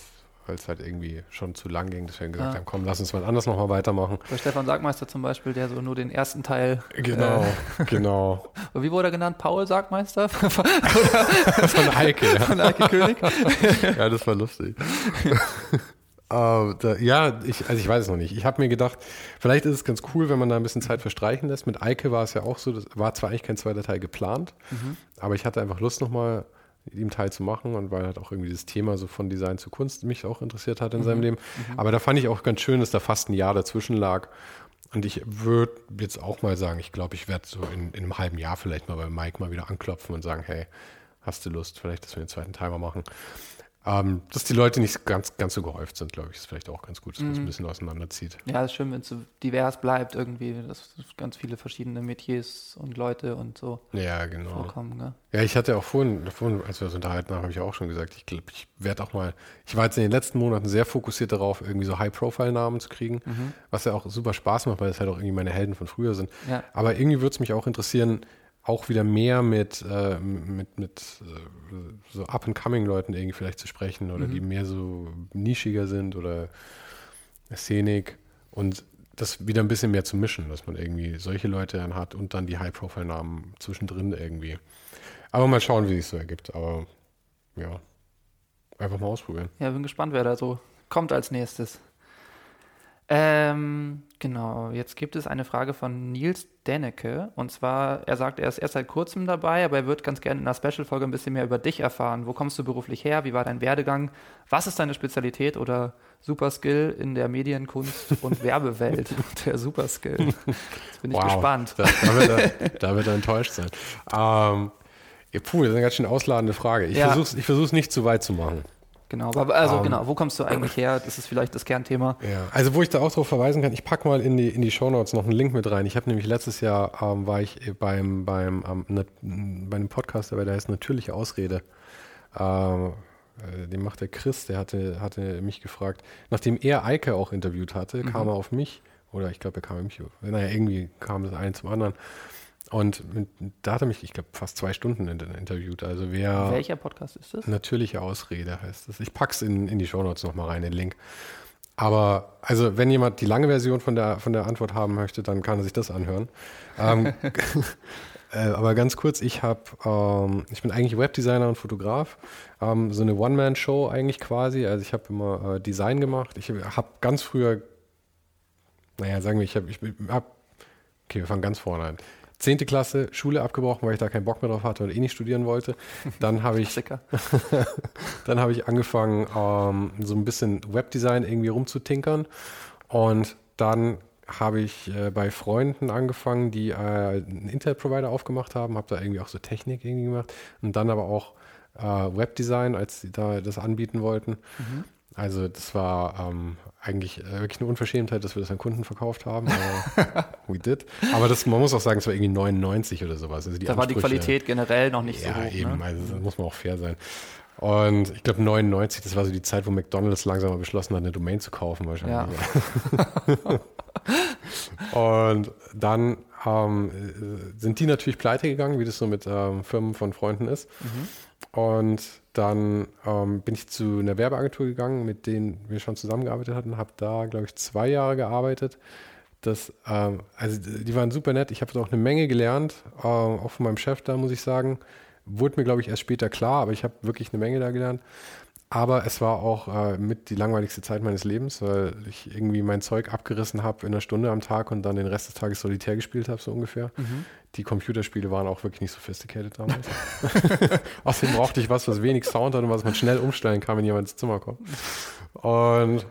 weil es halt irgendwie schon zu lang ging, dass wir gesagt haben, komm, lass uns mal anders nochmal weitermachen. Bei Stefan Sagmeister zum Beispiel, der so nur den ersten Teil... Genau. Wie wurde er genannt? Paul Sagmeister? Von Eike, ja. Von Eike König. Ja, das war lustig. Ich weiß es noch nicht. Ich habe mir gedacht, vielleicht ist es ganz cool, wenn man da ein bisschen Zeit verstreichen lässt. Mit Eike war es ja auch so, das war zwar eigentlich kein zweiter Teil geplant, aber ich hatte einfach Lust nochmal mit ihm Teil zu machen und weil halt auch irgendwie das Thema so von Design zu Kunst mich auch interessiert hat in seinem Leben. Aber da fand ich auch ganz schön, dass da fast ein Jahr dazwischen lag. Und ich würde jetzt auch mal sagen, ich glaube, ich werde so in einem halben Jahr vielleicht mal bei Mike mal wieder anklopfen und sagen, hey, hast du Lust, vielleicht, dass wir den zweiten Teil mal machen. Dass die Leute nicht ganz so gehäuft sind, glaube ich, ist vielleicht auch ganz gut, dass man es ein bisschen auseinanderzieht. Ja, ist schön, wenn es so divers bleibt irgendwie, dass ganz viele verschiedene Metiers und Leute und so vorkommen. Gell? Ja, ich hatte auch vorhin, als wir uns unterhalten haben, habe ich auch schon gesagt, ich glaube, ich werde auch mal, ich war jetzt in den letzten Monaten sehr fokussiert darauf, irgendwie so High-Profile-Namen zu kriegen, was ja auch super Spaß macht, weil das halt auch irgendwie meine Helden von früher sind. Ja. Aber irgendwie würde es mich auch interessieren, auch wieder mehr mit so Up-and-Coming-Leuten irgendwie vielleicht zu sprechen oder die mehr so nischiger sind oder Szenik und das wieder ein bisschen mehr zu mischen, dass man irgendwie solche Leute dann hat und dann die High-Profile-Namen zwischendrin irgendwie. Aber mal schauen, wie sich so ergibt. Aber ja, einfach mal ausprobieren. Ja, bin gespannt, wer da so kommt als nächstes. Genau, jetzt gibt es eine Frage von Nils Dennecke und zwar, er sagt, er ist erst seit kurzem dabei, aber er wird ganz gerne in einer Special-Folge ein bisschen mehr über dich erfahren. Wo kommst du beruflich her? Wie war dein Werdegang? Was ist deine Spezialität oder Superskill in der Medienkunst und Werbewelt? Der Superskill. Jetzt bin ich gespannt. Da wird er enttäuscht sein. Das ist eine ganz schön ausladende Frage. Ich versuch's nicht zu weit zu machen. Genau, wo kommst du eigentlich her? Das ist vielleicht das Kernthema. Ja, also wo ich da auch drauf verweisen kann, ich packe mal in die Shownotes noch einen Link mit rein. Ich habe nämlich letztes Jahr, war ich bei einem Podcast, der heißt Natürliche Ausrede. Den macht der Chris, der hatte mich gefragt. Nachdem er Eike auch interviewt hatte, kam er auf mich, oder ich glaube, er kam auf mich, irgendwie kam das eine zum anderen. Und da hat er mich, ich glaube, fast 2 Stunden interviewt. Also welcher Podcast ist das? Natürliche Ausrede heißt das. Ich pack's in die Shownotes nochmal rein, den Link. Aber, also, wenn jemand die lange Version von der Antwort haben möchte, dann kann er sich das anhören. Aber ganz kurz, ich bin eigentlich Webdesigner und Fotograf. So eine One-Man-Show eigentlich quasi. Also ich habe immer Design gemacht. Ich habe ganz früher, okay, wir fangen ganz vorne an. 10. Klasse, Schule abgebrochen, weil ich da keinen Bock mehr drauf hatte oder nicht studieren wollte. Dann habe ich angefangen, so ein bisschen Webdesign irgendwie rumzutinkern. Und dann habe ich bei Freunden angefangen, die einen Internetprovider aufgemacht haben, habe da irgendwie auch so Technik irgendwie gemacht. Und dann aber auch Webdesign, als sie da das anbieten wollten. Also das war eigentlich wirklich eine Unverschämtheit, dass wir das an Kunden verkauft haben. We did. Aber man muss auch sagen, es war irgendwie 99 oder sowas. Also da war die Qualität generell noch nicht so hoch. Ja, eben. Ne? Also da muss man auch fair sein. Und ich glaube 99, das war so die Zeit, wo McDonald's langsam mal beschlossen hat, eine Domain zu kaufen wahrscheinlich. Ja. Und dann sind die natürlich pleite gegangen, wie das so mit Firmen von Freunden ist. Und dann bin ich zu einer Werbeagentur gegangen, mit denen wir schon zusammengearbeitet hatten, habe da, glaube ich, 2 Jahre gearbeitet. Also die waren super nett. Ich habe da auch eine Menge gelernt, auch von meinem Chef da, muss ich sagen. Wurde mir, glaube ich, erst später klar, aber ich habe wirklich eine Menge da gelernt. Aber es war auch mit die langweiligste Zeit meines Lebens, weil ich irgendwie mein Zeug abgerissen habe in 1 Stunde am Tag und dann den Rest des Tages Solitär gespielt habe, so ungefähr. Die Computerspiele waren auch wirklich nicht sophisticated damals. Außerdem brauchte ich was wenig Sound hat und was man schnell umstellen kann, wenn jemand ins Zimmer kommt. Und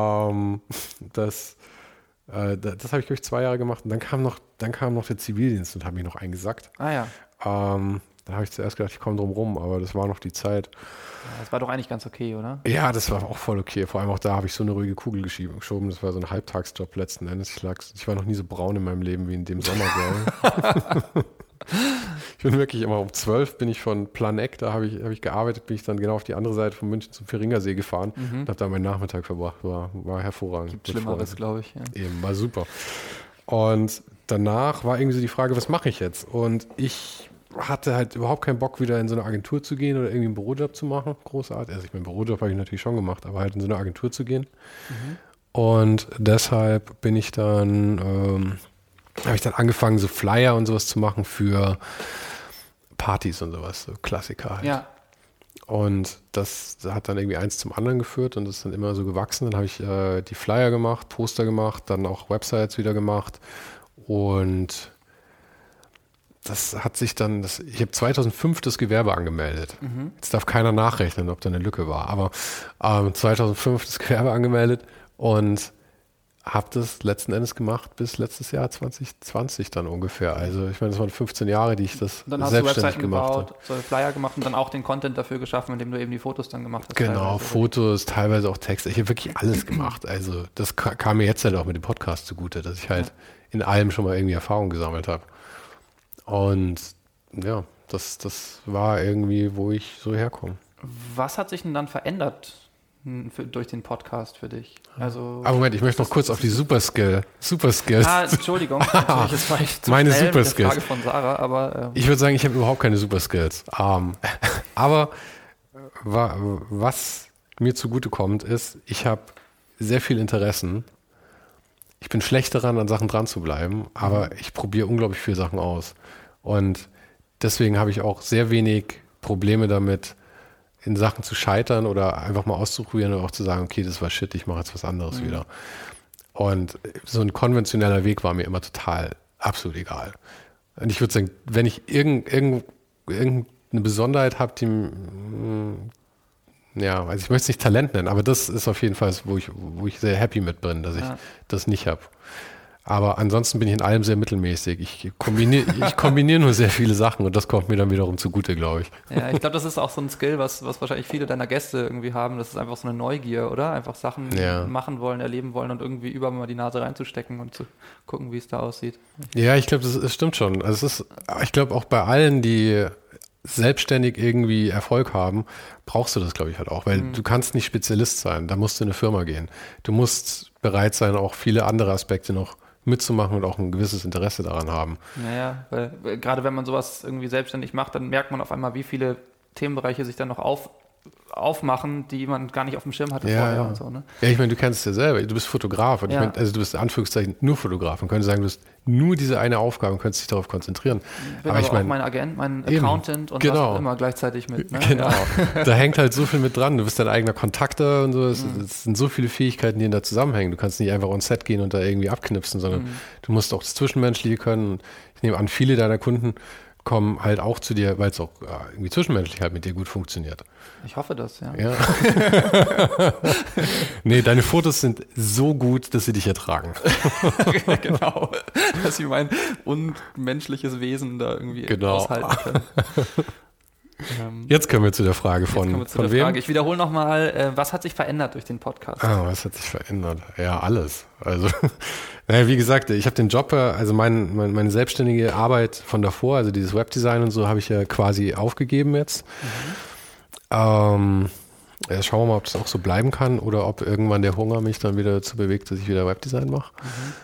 das habe ich, glaube ich, 2 Jahre gemacht. Und dann kam noch der Zivildienst und hat mich noch eingesackt. Ah ja. Da habe ich zuerst gedacht, ich komme drum rum, aber das war noch die Zeit. Ja, das war doch eigentlich ganz okay, oder? Ja, das war auch voll okay. Vor allem auch da habe ich so eine ruhige Kugel geschoben. Das war so ein Halbtagsjob letzten Endes. Ich war noch nie so braun in meinem Leben wie in dem Sommer, glaube ich. Ich bin wirklich immer um 12 bin ich von Planegg, da habe ich gearbeitet, bin ich dann genau auf die andere Seite von München zum Veringersee gefahren und habe da meinen Nachmittag verbracht. War hervorragend. Gibt Schlimmeres, glaube ich. Ja. Eben, war super. Und danach war irgendwie so die Frage, was mache ich jetzt? Und ich hatte halt überhaupt keinen Bock, wieder in so eine Agentur zu gehen oder irgendwie einen Bürojob zu machen. Großartig. Also ich meine, Bürojob habe ich natürlich schon gemacht, aber halt in so eine Agentur zu gehen. Und deshalb bin ich dann, habe ich dann angefangen, so Flyer und sowas zu machen für Partys und sowas, so Klassiker halt. Ja. Und das hat dann irgendwie eins zum anderen geführt und das ist dann immer so gewachsen. Dann habe ich die Flyer gemacht, Poster gemacht, dann auch Websites wieder gemacht und das hat sich dann, ich habe 2005 das Gewerbe angemeldet. Jetzt darf keiner nachrechnen, ob da eine Lücke war, aber 2005 das Gewerbe angemeldet und habe das letzten Endes gemacht bis letztes Jahr 2020 dann ungefähr. Also ich meine, das waren 15 Jahre, die ich das dann selbstständig gemacht habe. So Flyer gemacht und dann auch den Content dafür geschaffen, indem du eben die Fotos dann gemacht hast. Genau, teilweise. Fotos, teilweise auch Texte. Ich habe wirklich alles gemacht. Also das kam mir jetzt halt auch mit dem Podcast zugute, dass ich halt in allem schon mal irgendwie Erfahrung gesammelt habe. Und ja, das war irgendwie, wo ich so herkomme. Was hat sich denn dann verändert durch den Podcast für dich? Also, Aber Moment, ich möchte noch kurz auf die Superskills. Entschuldigung. Jetzt war ich zu Meine schnell mit der Superskills. Frage von Sarah, aber Ich würde sagen, ich habe überhaupt keine Superskills. Aber was mir zugute kommt, ist, ich habe sehr viel Interessen. Ich bin schlecht daran, an Sachen dran zu bleiben, aber ich probiere unglaublich viele Sachen aus. Und deswegen habe ich auch sehr wenig Probleme damit, in Sachen zu scheitern oder einfach mal auszuprobieren und auch zu sagen, okay, das war shit, ich mache jetzt was anderes wieder. Und so ein konventioneller Weg war mir immer absolut egal. Und ich würde sagen, wenn ich irgendeine Besonderheit habe, die, also ich möchte es nicht Talent nennen, aber das ist auf jeden Fall, wo ich sehr happy mit bin, dass ich das nicht habe. Aber ansonsten bin ich in allem sehr mittelmäßig. Ich kombiniere nur sehr viele Sachen und das kommt mir dann wiederum zugute, glaube ich. Ja, ich glaube, das ist auch so ein Skill, was wahrscheinlich viele deiner Gäste irgendwie haben. Das ist einfach so eine Neugier, oder? Einfach Sachen machen wollen, erleben wollen und irgendwie überall mal die Nase reinzustecken und zu gucken, wie es da aussieht. Ja, ich glaube, das stimmt schon. Also ich glaube auch bei allen, die selbstständig irgendwie Erfolg haben, brauchst du das, glaube ich, halt auch. Weil du kannst nicht Spezialist sein. Da musst du in eine Firma gehen. Du musst bereit sein, auch viele andere Aspekte noch mitzumachen und auch ein gewisses Interesse daran haben. Naja, weil gerade wenn man sowas irgendwie selbstständig macht, dann merkt man auf einmal, wie viele Themenbereiche sich dann noch aufmachen, die man gar nicht auf dem Schirm hatte vorher und so. Ne? Ja, ich meine, du kennst es ja selber, du bist Fotograf und ich meine, also du bist in Anführungszeichen nur Fotograf. Man könnte sagen, du hast nur diese eine Aufgabe und könntest dich darauf konzentrieren. Aber ich meine, auch mein Agent, mein Accountant und was auch immer gleichzeitig mit. Ne? Genau, da hängt halt so viel mit dran. Du bist dein eigener Kontakter und so. Es sind so viele Fähigkeiten, die da zusammenhängen. Du kannst nicht einfach on Set gehen und da irgendwie abknipsen, sondern du musst auch das Zwischenmenschliche können. Ich nehme an, viele deiner Kunden kommen halt auch zu dir, weil es auch irgendwie zwischenmenschlich halt mit dir gut funktioniert. Ich hoffe das, ja. Nee, deine Fotos sind so gut, dass sie dich ertragen. Genau, dass sie mein unmenschliches Wesen da irgendwie aushalten können. Jetzt kommen wir zu der Frage von wem? Ich wiederhole nochmal, was hat sich verändert durch den Podcast? Was hat sich verändert? Ja, alles. Also, wie gesagt, ich habe den Job, also meine selbstständige Arbeit von davor, also dieses Webdesign und so, habe ich ja quasi aufgegeben jetzt. Schauen wir mal, ob das auch so bleiben kann oder ob irgendwann der Hunger mich dann wieder dazu bewegt, dass ich wieder Webdesign mache.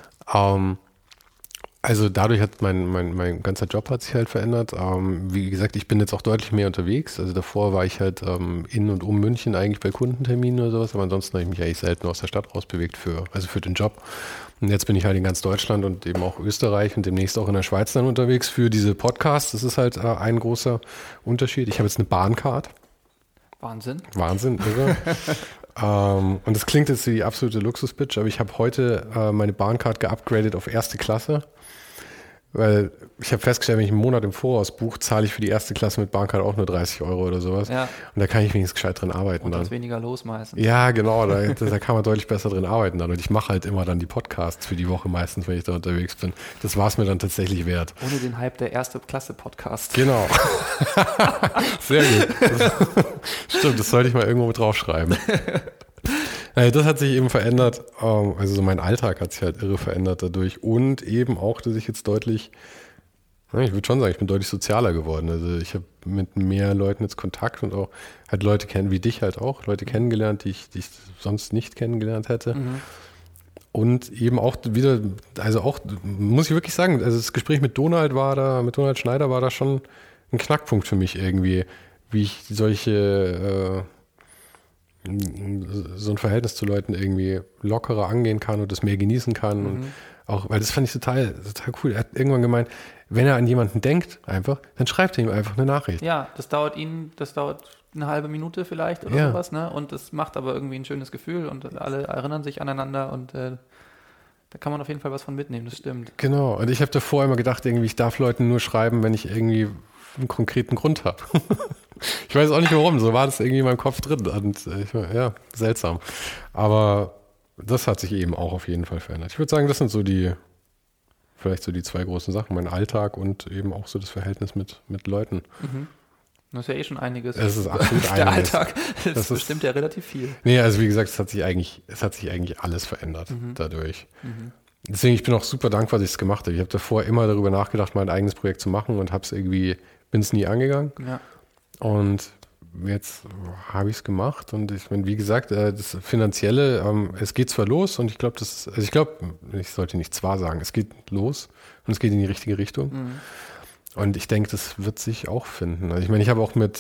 Also dadurch hat mein ganzer Job hat sich halt verändert. Wie gesagt, ich bin jetzt auch deutlich mehr unterwegs. Also davor war ich halt in und um München eigentlich bei Kundenterminen oder sowas, aber ansonsten habe ich mich eigentlich selten aus der Stadt rausbewegt für den Job. Und jetzt bin ich halt in ganz Deutschland und eben auch Österreich und demnächst auch in der Schweiz dann unterwegs für diese Podcasts. Das ist halt ein großer Unterschied. Ich habe jetzt eine Bahncard. Wahnsinn, irre. Und das klingt jetzt wie die absolute Luxus-Bitch, aber ich habe heute meine Bahncard geupgradet auf erste Klasse. Weil ich habe festgestellt, wenn ich einen Monat im Voraus buche, zahle ich für die erste Klasse mit Bahncard auch nur 30 € oder sowas. Ja. Und da kann ich wenigstens gescheit drin arbeiten. Und da ist weniger los meistens. Ja, genau, da kann man deutlich besser drin arbeiten dann. Und ich mache halt immer dann die Podcasts für die Woche meistens, wenn ich da unterwegs bin. Das war es mir dann tatsächlich wert. Ohne den Hype der erste Klasse Podcast. Genau. Sehr gut. Stimmt, das sollte ich mal irgendwo mit draufschreiben. Das hat sich eben verändert, also so mein Alltag hat sich halt irre verändert dadurch und eben auch, dass ich jetzt deutlich, ich würde schon sagen, ich bin deutlich sozialer geworden. Also ich habe mit mehr Leuten jetzt Kontakt und auch halt Leute kennen, wie dich halt auch, Leute kennengelernt, die ich sonst nicht kennengelernt hätte. Und eben auch wieder, also auch, muss ich wirklich sagen, also das Gespräch mit Donald Schneider war da schon ein Knackpunkt für mich irgendwie, wie ich solche so ein Verhältnis zu Leuten irgendwie lockerer angehen kann und das mehr genießen kann. Und auch, weil das fand ich total cool. Er hat irgendwann gemeint, wenn er an jemanden denkt, einfach, dann schreibt er ihm einfach eine Nachricht. Ja, das dauert eine halbe Minute vielleicht oder sowas, ne? Und das macht aber irgendwie ein schönes Gefühl und alle erinnern sich aneinander und da kann man auf jeden Fall was von mitnehmen, das stimmt. Genau, und ich habe davor immer gedacht, irgendwie, ich darf Leuten nur schreiben, wenn ich irgendwie einen konkreten Grund habe. Ich weiß auch nicht warum, so war das irgendwie in meinem Kopf drin und seltsam. Aber das hat sich eben auch auf jeden Fall verändert. Ich würde sagen, das sind vielleicht so die zwei großen Sachen, mein Alltag und eben auch so das Verhältnis mit Leuten. Das ist ja schon einiges. Es ist absolut einiges. Der Alltag ist bestimmt ja relativ viel. Nee, also wie gesagt, es hat sich eigentlich alles verändert dadurch. Deswegen, ich bin auch super dankbar, dass ich es gemacht habe. Ich habe davor immer darüber nachgedacht, mal ein eigenes Projekt zu machen und bin es nie angegangen. Ja. Und jetzt habe ich es gemacht und ich meine, wie gesagt, das Finanzielle, es geht zwar los und ich glaube, ich sollte nicht zwar sagen, es geht los und es geht in die richtige Richtung. Und ich denke, das wird sich auch finden. Also ich meine, ich habe auch mit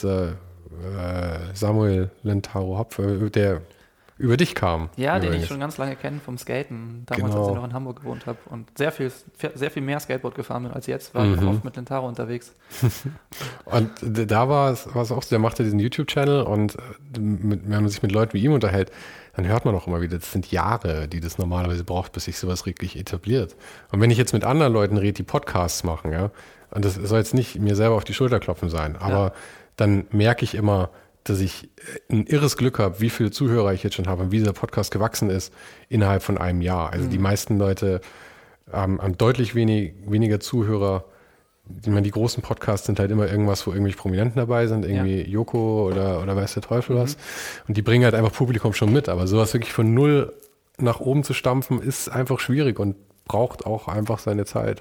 Samuel Lentaro-Hopfer, der über dich kam. Ja, den ich schon ganz lange kenne vom Skaten, damals, als ich noch in Hamburg gewohnt habe und sehr viel mehr Skateboard gefahren bin als jetzt, war ich oft mit Lentaro unterwegs. Und da war es auch so, der machte diesen YouTube-Channel und wenn man sich mit Leuten wie ihm unterhält, dann hört man auch immer wieder, das sind Jahre, die das normalerweise braucht, bis sich sowas wirklich etabliert. Und wenn ich jetzt mit anderen Leuten rede, die Podcasts machen, ja, und das soll jetzt nicht mir selber auf die Schulter klopfen sein, aber dann merke ich immer, dass ich ein irres Glück habe, wie viele Zuhörer ich jetzt schon habe und wie dieser Podcast gewachsen ist innerhalb von einem Jahr. Also die meisten Leute haben deutlich weniger Zuhörer. Ich meine, die großen Podcasts sind halt immer irgendwas, wo irgendwelche Prominenten dabei sind, irgendwie Joko oder weiß der Teufel was. Und die bringen halt einfach Publikum schon mit. Aber sowas wirklich von null nach oben zu stampfen, ist einfach schwierig und braucht auch einfach seine Zeit.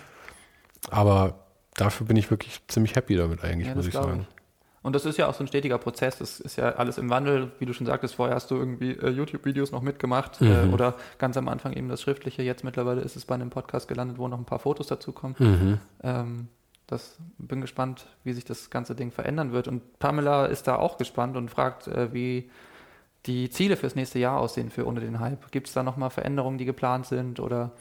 Aber dafür bin ich wirklich ziemlich happy damit eigentlich, muss ich sagen. Und das ist ja auch so ein stetiger Prozess, das ist ja alles im Wandel, wie du schon sagtest, vorher hast du irgendwie YouTube-Videos noch mitgemacht oder ganz am Anfang eben das Schriftliche, jetzt mittlerweile ist es bei einem Podcast gelandet, wo noch ein paar Fotos dazukommen. Bin gespannt, wie sich das ganze Ding verändern wird und Pamela ist da auch gespannt und fragt, wie die Ziele fürs nächste Jahr aussehen für Ohne den Hype. Gibt es da nochmal Veränderungen, die geplant sind oder...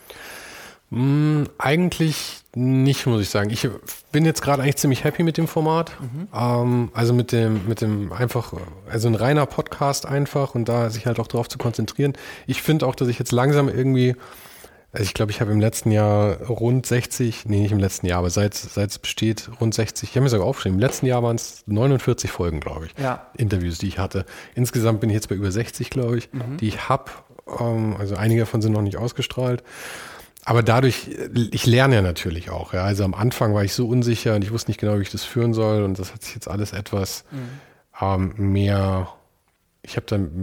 Eigentlich nicht, muss ich sagen. Ich bin jetzt gerade eigentlich ziemlich happy mit dem Format. Also mit dem einfach, also ein reiner Podcast einfach und da sich halt auch drauf zu konzentrieren. Ich finde auch, dass ich jetzt langsam irgendwie, also ich glaube, ich habe im letzten Jahr rund 60, nee, nicht im letzten Jahr, aber seit es besteht, rund 60, ich habe mir sogar aufgeschrieben, im letzten Jahr waren es 49 Folgen, glaube ich, Interviews, die ich hatte. Insgesamt bin ich jetzt bei über 60, glaube ich, die ich habe. Also einige davon sind noch nicht ausgestrahlt. Aber dadurch, ich lerne ja natürlich auch. Ja. Also am Anfang war ich so unsicher und ich wusste nicht genau, wie ich das führen soll. Und das hat sich jetzt alles etwas mehr, ich habe dann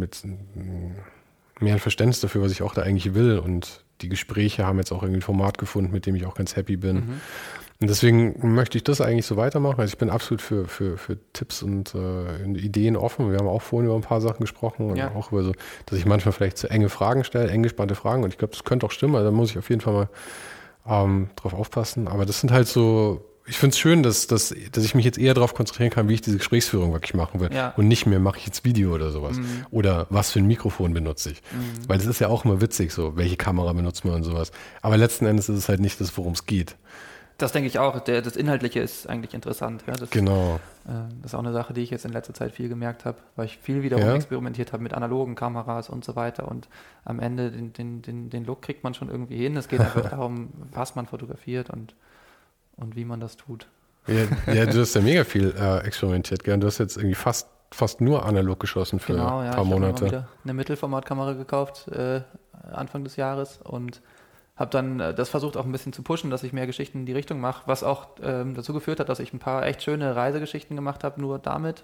mehr ein Verständnis dafür, was ich auch da eigentlich will. Und die Gespräche haben jetzt auch irgendwie ein Format gefunden, mit dem ich auch ganz happy bin. Und deswegen möchte ich das eigentlich so weitermachen. Also ich bin absolut für Tipps und Ideen offen. Wir haben auch vorhin über ein paar Sachen gesprochen und auch über so, dass ich manchmal vielleicht zu enge Fragen stelle, eng gespannte Fragen. Und ich glaube, das könnte auch stimmen. Also da muss ich auf jeden Fall mal drauf aufpassen. Aber das sind halt so, ich finde es schön, dass ich mich jetzt eher darauf konzentrieren kann, wie ich diese Gesprächsführung wirklich machen will. Ja. Und nicht mehr, mache ich jetzt Video oder sowas. Oder was für ein Mikrofon benutze ich. Weil das ist ja auch immer witzig, so welche Kamera benutzt man und sowas. Aber letzten Endes ist es halt nicht das, worum es geht. Das denke ich auch. Das Inhaltliche ist eigentlich interessant. Ja? Genau. Das ist auch eine Sache, die ich jetzt in letzter Zeit viel gemerkt habe, weil ich viel wiederum experimentiert habe mit analogen Kameras und so weiter. Und am Ende den Look kriegt man schon irgendwie hin. Es geht einfach darum, was man fotografiert und wie man das tut. Ja, du hast ja mega viel experimentiert. Gell? Du hast jetzt irgendwie fast nur analog geschossen für ein paar Monate. Ich habe wieder eine Mittelformatkamera gekauft Anfang des Jahres und habe dann das versucht auch ein bisschen zu pushen, dass ich mehr Geschichten in die Richtung mache, was auch dazu geführt hat, dass ich ein paar echt schöne Reisegeschichten gemacht habe, nur damit.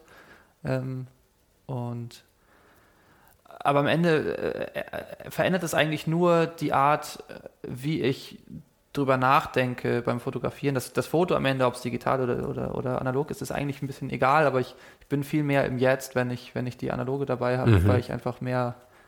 Aber am Ende verändert es eigentlich nur die Art, wie ich drüber nachdenke beim Fotografieren. Das Foto am Ende, ob es digital oder analog ist eigentlich ein bisschen egal, aber ich bin viel mehr im Jetzt, wenn ich die Analoge dabei habe, weil ich einfach mehr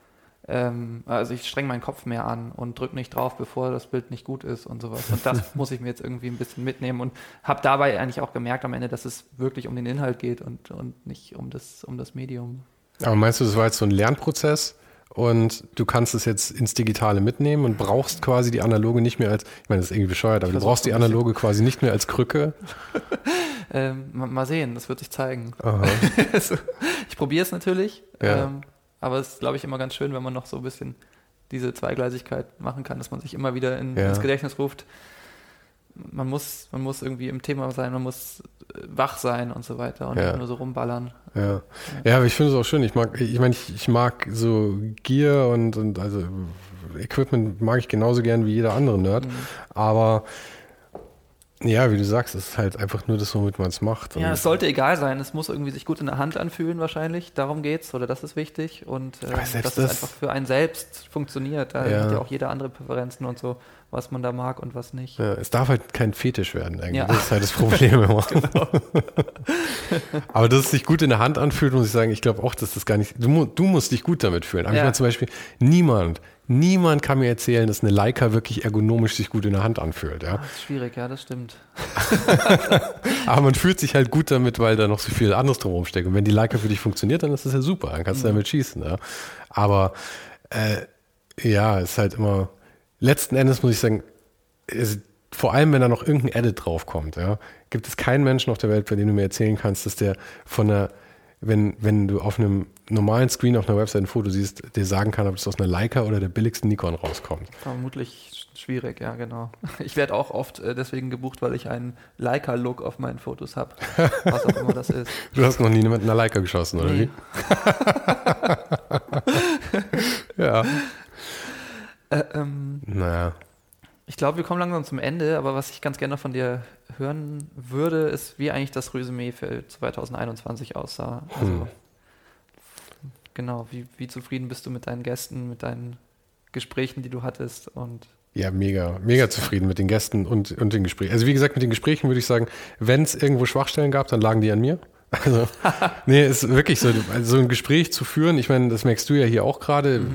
Also ich streng meinen Kopf mehr an und drücke nicht drauf, bevor das Bild nicht gut ist und sowas. Und das muss ich mir jetzt irgendwie ein bisschen mitnehmen und habe dabei eigentlich auch gemerkt am Ende, dass es wirklich um den Inhalt geht und nicht um das Medium. Aber meinst du, das war jetzt so ein Lernprozess und du kannst es jetzt ins Digitale mitnehmen und brauchst quasi die Analoge nicht mehr als, ich meine, das ist irgendwie bescheuert, aber du brauchst die Analoge quasi nicht mehr als Krücke? Mal sehen, das wird sich zeigen. Also, ich probiere es natürlich. Ja. Aber es ist, glaube ich, immer ganz schön, wenn man noch so ein bisschen diese Zweigleisigkeit machen kann, dass man sich immer wieder ins Gedächtnis ruft. Man muss irgendwie im Thema sein, man muss wach sein und so weiter und nicht nur so rumballern. Ja, aber ich finde es auch schön. Ich mag so Gear und also Equipment mag ich genauso gern wie jeder andere Nerd. Aber ja, wie du sagst, es ist halt einfach nur das, womit man es macht. Ja, es sollte egal sein. Es muss irgendwie sich gut in der Hand anfühlen wahrscheinlich. Darum geht's oder das ist wichtig. Und dass es einfach für einen selbst funktioniert. Da hat ja auch jeder andere Präferenzen und so, was man da mag und was nicht. Ja, es darf halt kein Fetisch werden eigentlich. Ja. Das ist halt das Problem immer. Genau. Aber dass es sich gut in der Hand anfühlt, muss ich sagen, ich glaube auch, dass das gar nicht... Du musst dich gut damit fühlen. Aber ich meine zum Beispiel, niemand kann mir erzählen, dass eine Leica wirklich ergonomisch sich gut in der Hand anfühlt. Ja? Das ist schwierig, ja, das stimmt. Aber man fühlt sich halt gut damit, weil da noch so viel anderes drumherum steckt. Und wenn die Leica für dich funktioniert, dann ist das ja super. Dann kannst du damit schießen. Ja? Aber es ist halt immer... Letzten Endes muss ich sagen, vor allem, wenn da noch irgendein Edit draufkommt, gibt es keinen Menschen auf der Welt, bei dem du mir erzählen kannst, dass der wenn du auf einem normalen Screen auf einer Website ein Foto siehst, dir sagen kann, ob es aus einer Leica oder der billigsten Nikon rauskommt. Vermutlich schwierig, ja, genau. Ich werde auch oft deswegen gebucht, weil ich einen Leica-Look auf meinen Fotos habe, was auch immer das ist. Du hast noch nie mit einer Leica geschossen, oder wie? Ja. Naja. Ich glaube, wir kommen langsam zum Ende, aber was ich ganz gerne von dir hören würde, ist, wie eigentlich das Resümee für 2021 aussah. Also, genau, wie zufrieden bist du mit deinen Gästen, mit deinen Gesprächen, die du hattest? Und ja, mega zufrieden mit den Gästen und den Gesprächen. Also wie gesagt, mit den Gesprächen würde ich sagen, wenn es irgendwo Schwachstellen gab, dann lagen die an mir. Also, nee, ist wirklich so, also ein Gespräch zu führen, ich meine, das merkst du ja hier auch gerade,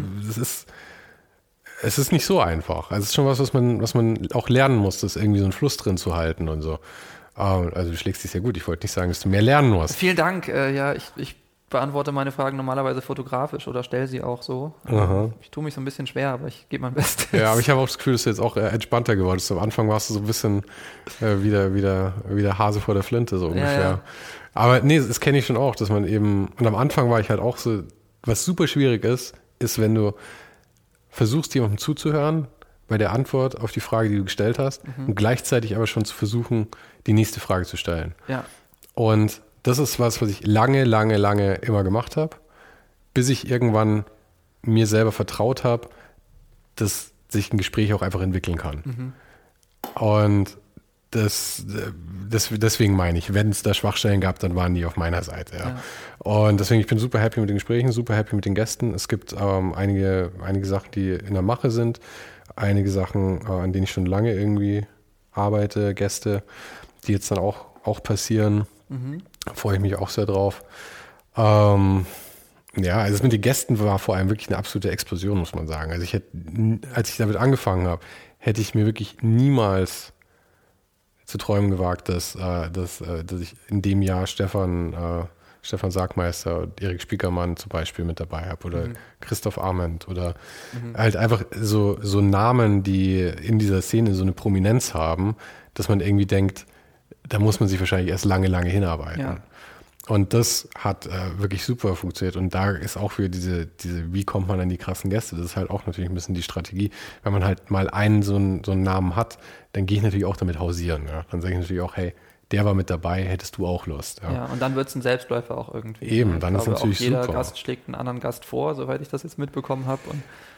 es ist nicht so einfach. Also es ist schon was man auch lernen muss, das irgendwie so einen Fluss drin zu halten und so. Also du schlägst dich sehr gut. Ich wollte nicht sagen, dass du mehr lernen musst. Vielen Dank. Ja, ich beantworte meine Fragen normalerweise fotografisch oder stelle sie auch so. Ich tue mich so ein bisschen schwer, aber ich gebe mein Bestes. Ja, aber ich habe auch das Gefühl, dass du jetzt auch entspannter geworden bist. Am Anfang warst du so ein bisschen wie der Hase vor der Flinte, so ungefähr. Ja. Aber nee, das kenne ich schon auch, dass man eben, und am Anfang war ich halt auch so, was super schwierig ist, wenn du versuchst, jemandem zuzuhören bei der Antwort auf die Frage, die du gestellt hast, und gleichzeitig aber schon zu versuchen, die nächste Frage zu stellen. Ja. Und das ist was ich lange immer gemacht habe, bis ich irgendwann mir selber vertraut habe, dass sich ein Gespräch auch einfach entwickeln kann. Und deswegen meine ich, wenn es da Schwachstellen gab, dann waren die auf meiner Seite. Ja. Und deswegen, ich bin super happy mit den Gesprächen, super happy mit den Gästen. Es gibt einige Sachen, die in der Mache sind, einige Sachen, an denen ich schon lange irgendwie arbeite, Gäste, die jetzt dann auch passieren. Da freue ich mich auch sehr drauf. Also das mit den Gästen war vor allem wirklich eine absolute Explosion, muss man sagen. Also als ich damit angefangen habe, hätte ich mir wirklich niemals zu träumen gewagt, dass ich in dem Jahr Stefan Sargmeister und Erik Spiekermann zum Beispiel mit dabei habe oder Christoph Arment oder halt einfach so Namen, die in dieser Szene so eine Prominenz haben, dass man irgendwie denkt, da muss man sich wahrscheinlich erst lange hinarbeiten. Ja. Und das hat wirklich super funktioniert. Und da ist auch wieder diese, wie kommt man an die krassen Gäste? Das ist halt auch natürlich ein bisschen die Strategie. Wenn man halt mal so einen Namen hat, dann gehe ich natürlich auch damit hausieren. Ja? Dann sage ich natürlich auch, hey, der war mit dabei, hättest du auch Lust. Ja, und dann wird es ein Selbstläufer auch irgendwie. Eben, dann ist natürlich jeder super. Gast schlägt einen anderen Gast vor, soweit ich das jetzt mitbekommen habe. Und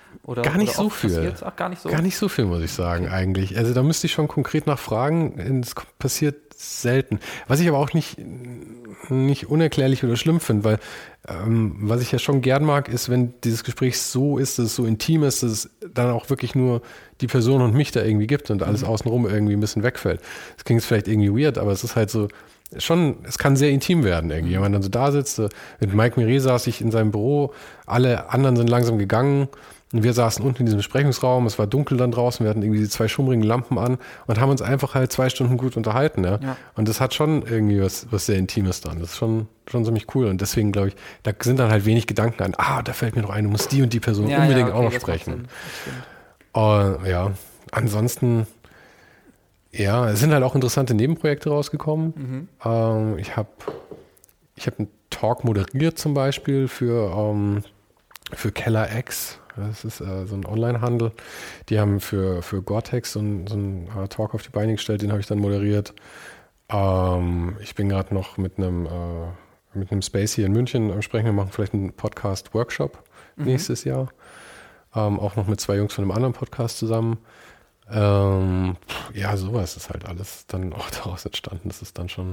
Oder, gar nicht oder so viel. Ach, gar nicht so? Gar nicht so viel, muss ich sagen, eigentlich. Also da müsste ich schon konkret nachfragen. Es passiert selten. Was ich aber auch nicht unerklärlich oder schlimm finde, weil was ich ja schon gern mag, ist, wenn dieses Gespräch so ist, dass es so intim ist, dass es dann auch wirklich nur die Person und mich da irgendwie gibt und alles außenrum irgendwie ein bisschen wegfällt. Das klingt jetzt vielleicht irgendwie weird, aber es ist halt so, schon, es kann sehr intim werden irgendwie. Wenn man dann so da sitzt, mit Mike Miret saß ich in seinem Büro, alle anderen sind langsam gegangen und wir saßen unten in diesem Besprechungsraum, es war dunkel dann draußen, wir hatten irgendwie die 2 schummrigen Lampen an und haben uns einfach halt 2 Stunden gut unterhalten. Ja? Und das hat schon irgendwie was sehr Intimes dann. Das ist schon ziemlich cool und deswegen glaube ich, da sind dann halt wenig Gedanken an, da fällt mir noch ein, du musst die und die Person unbedingt auch noch sprechen. Ja, ansonsten... Ja, es sind halt auch interessante Nebenprojekte rausgekommen. Ich hab einen Talk moderiert zum Beispiel für Keller X. Das ist so ein Onlinehandel. Die haben für Gore-Tex so einen Talk auf die Beine gestellt, den habe ich dann moderiert. Ich bin gerade noch mit einem Space hier in München am Sprechen. Wir machen vielleicht einen Podcast-Workshop nächstes Jahr. Auch noch mit 2 Jungs von einem anderen Podcast zusammen. Ja, sowas ist halt alles dann auch daraus entstanden. Das ist dann schon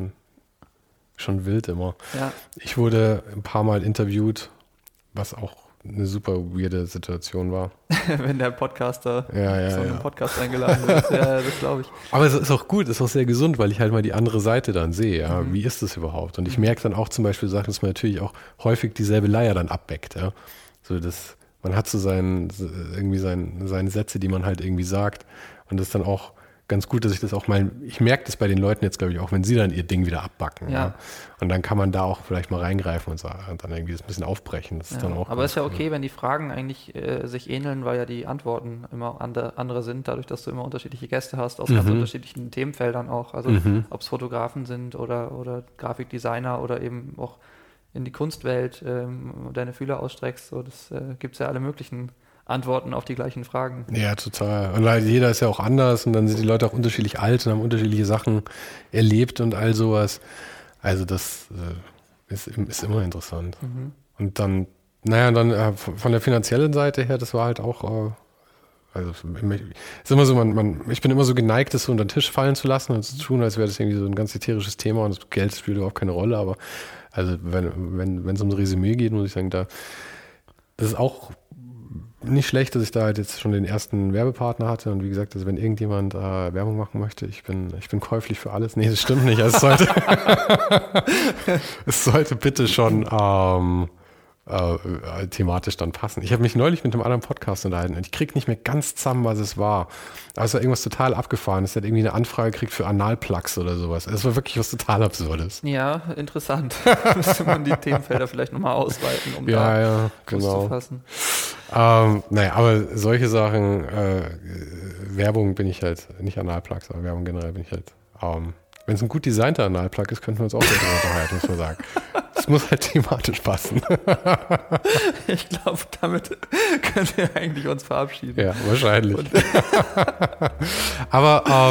wild immer. Ja. Ich wurde ein paar Mal interviewt, was auch eine super weirde Situation war. Wenn der Podcaster so einen Podcast eingeladen wird, das glaube ich. Aber es ist auch gut, es ist auch sehr gesund, weil ich halt mal die andere Seite dann sehe. Ja? Wie ist das überhaupt? Und ich merke dann auch zum Beispiel Sachen, dass man natürlich auch häufig dieselbe Leier dann abbeckt. Ja? So das... Man hat so seine Sätze, die man halt irgendwie sagt. Und das ist dann auch ganz gut, dass ich das auch mal, ich merke das bei den Leuten jetzt, glaube ich, auch, wenn sie dann ihr Ding wieder abbacken. Ja. Und dann kann man da auch vielleicht mal reingreifen und dann irgendwie das ein bisschen aufbrechen. Das ist dann auch aber ist ja okay, wenn die Fragen eigentlich sich ähneln, weil ja die Antworten immer andere sind, dadurch, dass du immer unterschiedliche Gäste hast, aus ganz unterschiedlichen Themenfeldern auch. Also ob es Fotografen sind oder Grafikdesigner oder eben auch in die Kunstwelt deine Fühler ausstreckst. So, das gibt es ja alle möglichen Antworten auf die gleichen Fragen. Ja, total. Und halt jeder ist ja auch anders und dann sind die Leute auch unterschiedlich alt und haben unterschiedliche Sachen erlebt und all sowas. Also das ist immer interessant. Und dann, von der finanziellen Seite her, das war halt auch... ist immer so, ich bin immer so geneigt, das so unter den Tisch fallen zu lassen und zu tun, als wäre das irgendwie so ein ganz ätherisches Thema und das Geld spielt überhaupt keine Rolle, aber also wenn es um das Resümee geht, muss ich sagen, das ist auch nicht schlecht, dass ich da halt jetzt schon den ersten Werbepartner hatte und wie gesagt, also wenn irgendjemand Werbung machen möchte, ich bin käuflich für alles. Nee, das stimmt nicht. Also es sollte bitte schon thematisch dann passen. Ich habe mich neulich mit einem anderen Podcast unterhalten und ich kriege nicht mehr ganz zusammen, was es war. Aber es war irgendwas total abgefahrenes. Es hat irgendwie eine Anfrage gekriegt für Analplugs oder sowas. Es war wirklich was total Absurdes. Ja, interessant. Müsste man die Themenfelder vielleicht nochmal ausweiten, um da genau zu fassen. Aber solche Sachen, Werbung bin ich halt, nicht Analplugs, aber Werbung generell bin ich halt, wenn es ein gut designter Analplug ist, könnten wir uns auch darüber unterhalten, muss man sagen. Es muss halt thematisch passen. Ich glaube, damit können wir eigentlich uns verabschieden. Ja, wahrscheinlich. Aber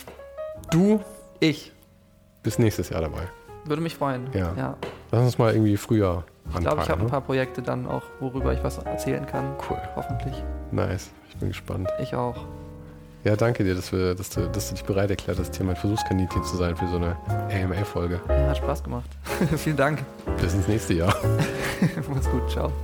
ich bist nächstes Jahr dabei. Würde mich freuen. Ja. Lass uns mal irgendwie früher anfangen. Ich glaube, ich habe ein paar Projekte dann auch, worüber ich was erzählen kann. Cool. Hoffentlich. Nice. Ich bin gespannt. Ich auch. Ja, danke dir, dass du dich bereit erklärt hast, hier mein Versuchskaninchen zu sein für so eine AMA-Folge. Ja, hat Spaß gemacht. Vielen Dank. Bis ins nächste Jahr. Mach's gut, ciao.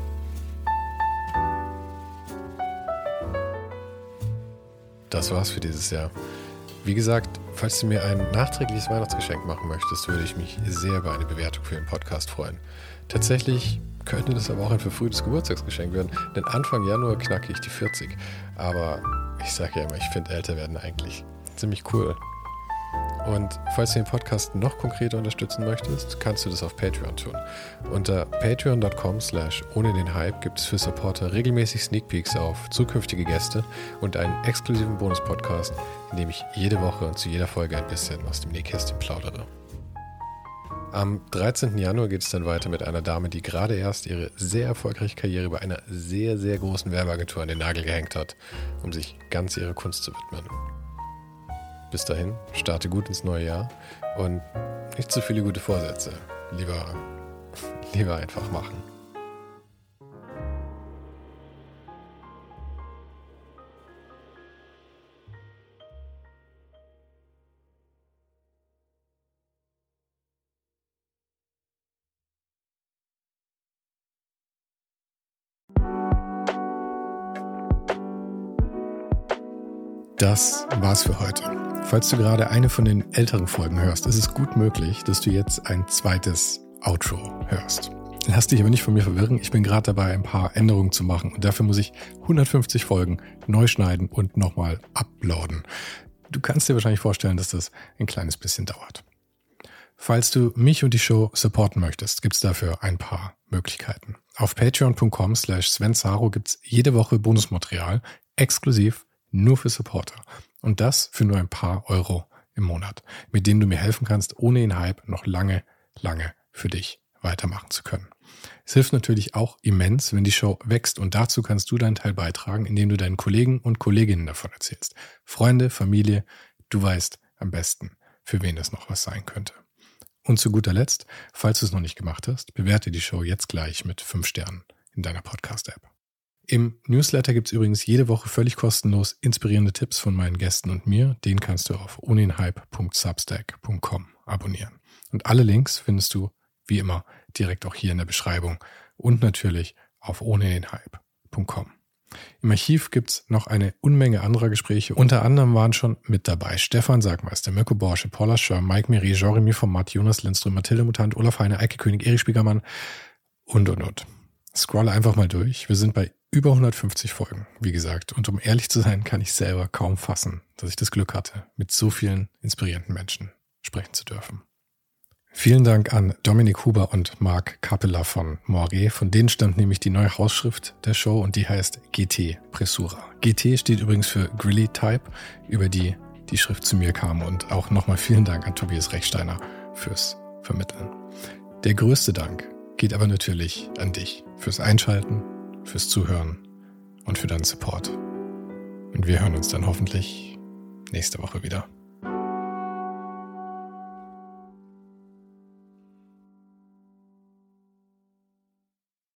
Das war's für dieses Jahr. Wie gesagt, falls du mir ein nachträgliches Weihnachtsgeschenk machen möchtest, würde ich mich sehr über eine Bewertung für den Podcast freuen. Tatsächlich könnte das aber auch ein verfrühtes Geburtstagsgeschenk werden, denn Anfang Januar knacke ich die 40. Aber ich sage ja immer, ich finde älter werden eigentlich ziemlich cool. Und falls du den Podcast noch konkreter unterstützen möchtest, kannst du das auf Patreon tun. Unter patreon.com/ohne den Hype gibt es für Supporter regelmäßig Sneak Peeks auf zukünftige Gäste und einen exklusiven Bonus-Podcast, in dem ich jede Woche und zu jeder Folge ein bisschen aus dem Nähkästchen plaudere. Am 13. Januar geht es dann weiter mit einer Dame, die gerade erst ihre sehr erfolgreiche Karriere bei einer sehr, sehr großen Werbeagentur an den Nagel gehängt hat, um sich ganz ihrer Kunst zu widmen. Bis dahin, starte gut ins neue Jahr und nicht zu viele gute Vorsätze. Lieber einfach machen. Das war's für heute. Falls du gerade eine von den älteren Folgen hörst, ist es gut möglich, dass du jetzt ein zweites Outro hörst. Lass dich aber nicht von mir verwirren, ich bin gerade dabei, ein paar Änderungen zu machen und dafür muss ich 150 Folgen neu schneiden und nochmal uploaden. Du kannst dir wahrscheinlich vorstellen, dass das ein kleines bisschen dauert. Falls du mich und die Show supporten möchtest, gibt's dafür ein paar Möglichkeiten. Auf patreon.com/Sven Saro gibt's jede Woche Bonusmaterial, exklusiv nur für Supporter. Und das für nur ein paar Euro im Monat, mit denen du mir helfen kannst, ohne den Hype noch lange, lange für dich weitermachen zu können. Es hilft natürlich auch immens, wenn die Show wächst und dazu kannst du deinen Teil beitragen, indem du deinen Kollegen und Kolleginnen davon erzählst. Freunde, Familie, du weißt am besten, für wen das noch was sein könnte. Und zu guter Letzt, falls du es noch nicht gemacht hast, bewerte die Show jetzt gleich mit 5 Sternen in deiner Podcast-App. Im Newsletter gibt's übrigens jede Woche völlig kostenlos inspirierende Tipps von meinen Gästen und mir. Den kannst du auf ohnenhype.substack.com abonnieren. Und alle Links findest du, wie immer, direkt auch hier in der Beschreibung und natürlich auf ohnenhype.com. Im Archiv gibt's noch eine Unmenge anderer Gespräche. Unter anderem waren schon mit dabei Stefan Sagmeister, Mirko Borsche, Paula Schör, Mike Miri, Jeremy Format, Jonas Lindström, Mathilde Mutant, Olaf Heine, Eike König, Erich Spiegermann und. Scrolle einfach mal durch. Wir sind bei über 150 Folgen, wie gesagt. Und um ehrlich zu sein, kann ich selber kaum fassen, dass ich das Glück hatte, mit so vielen inspirierenden Menschen sprechen zu dürfen. Vielen Dank an Dominik Huber und Marc Capella von Moiré. Von denen stammt nämlich die neue Hausschrift der Show und die heißt GT Pressura. GT steht übrigens für Grilly Type, über die Schrift zu mir kam. Und auch nochmal vielen Dank an Tobias Rechsteiner fürs Vermitteln. Der größte Dank geht aber natürlich an dich fürs Einschalten, fürs Zuhören und für deinen Support. Und wir hören uns dann hoffentlich nächste Woche wieder.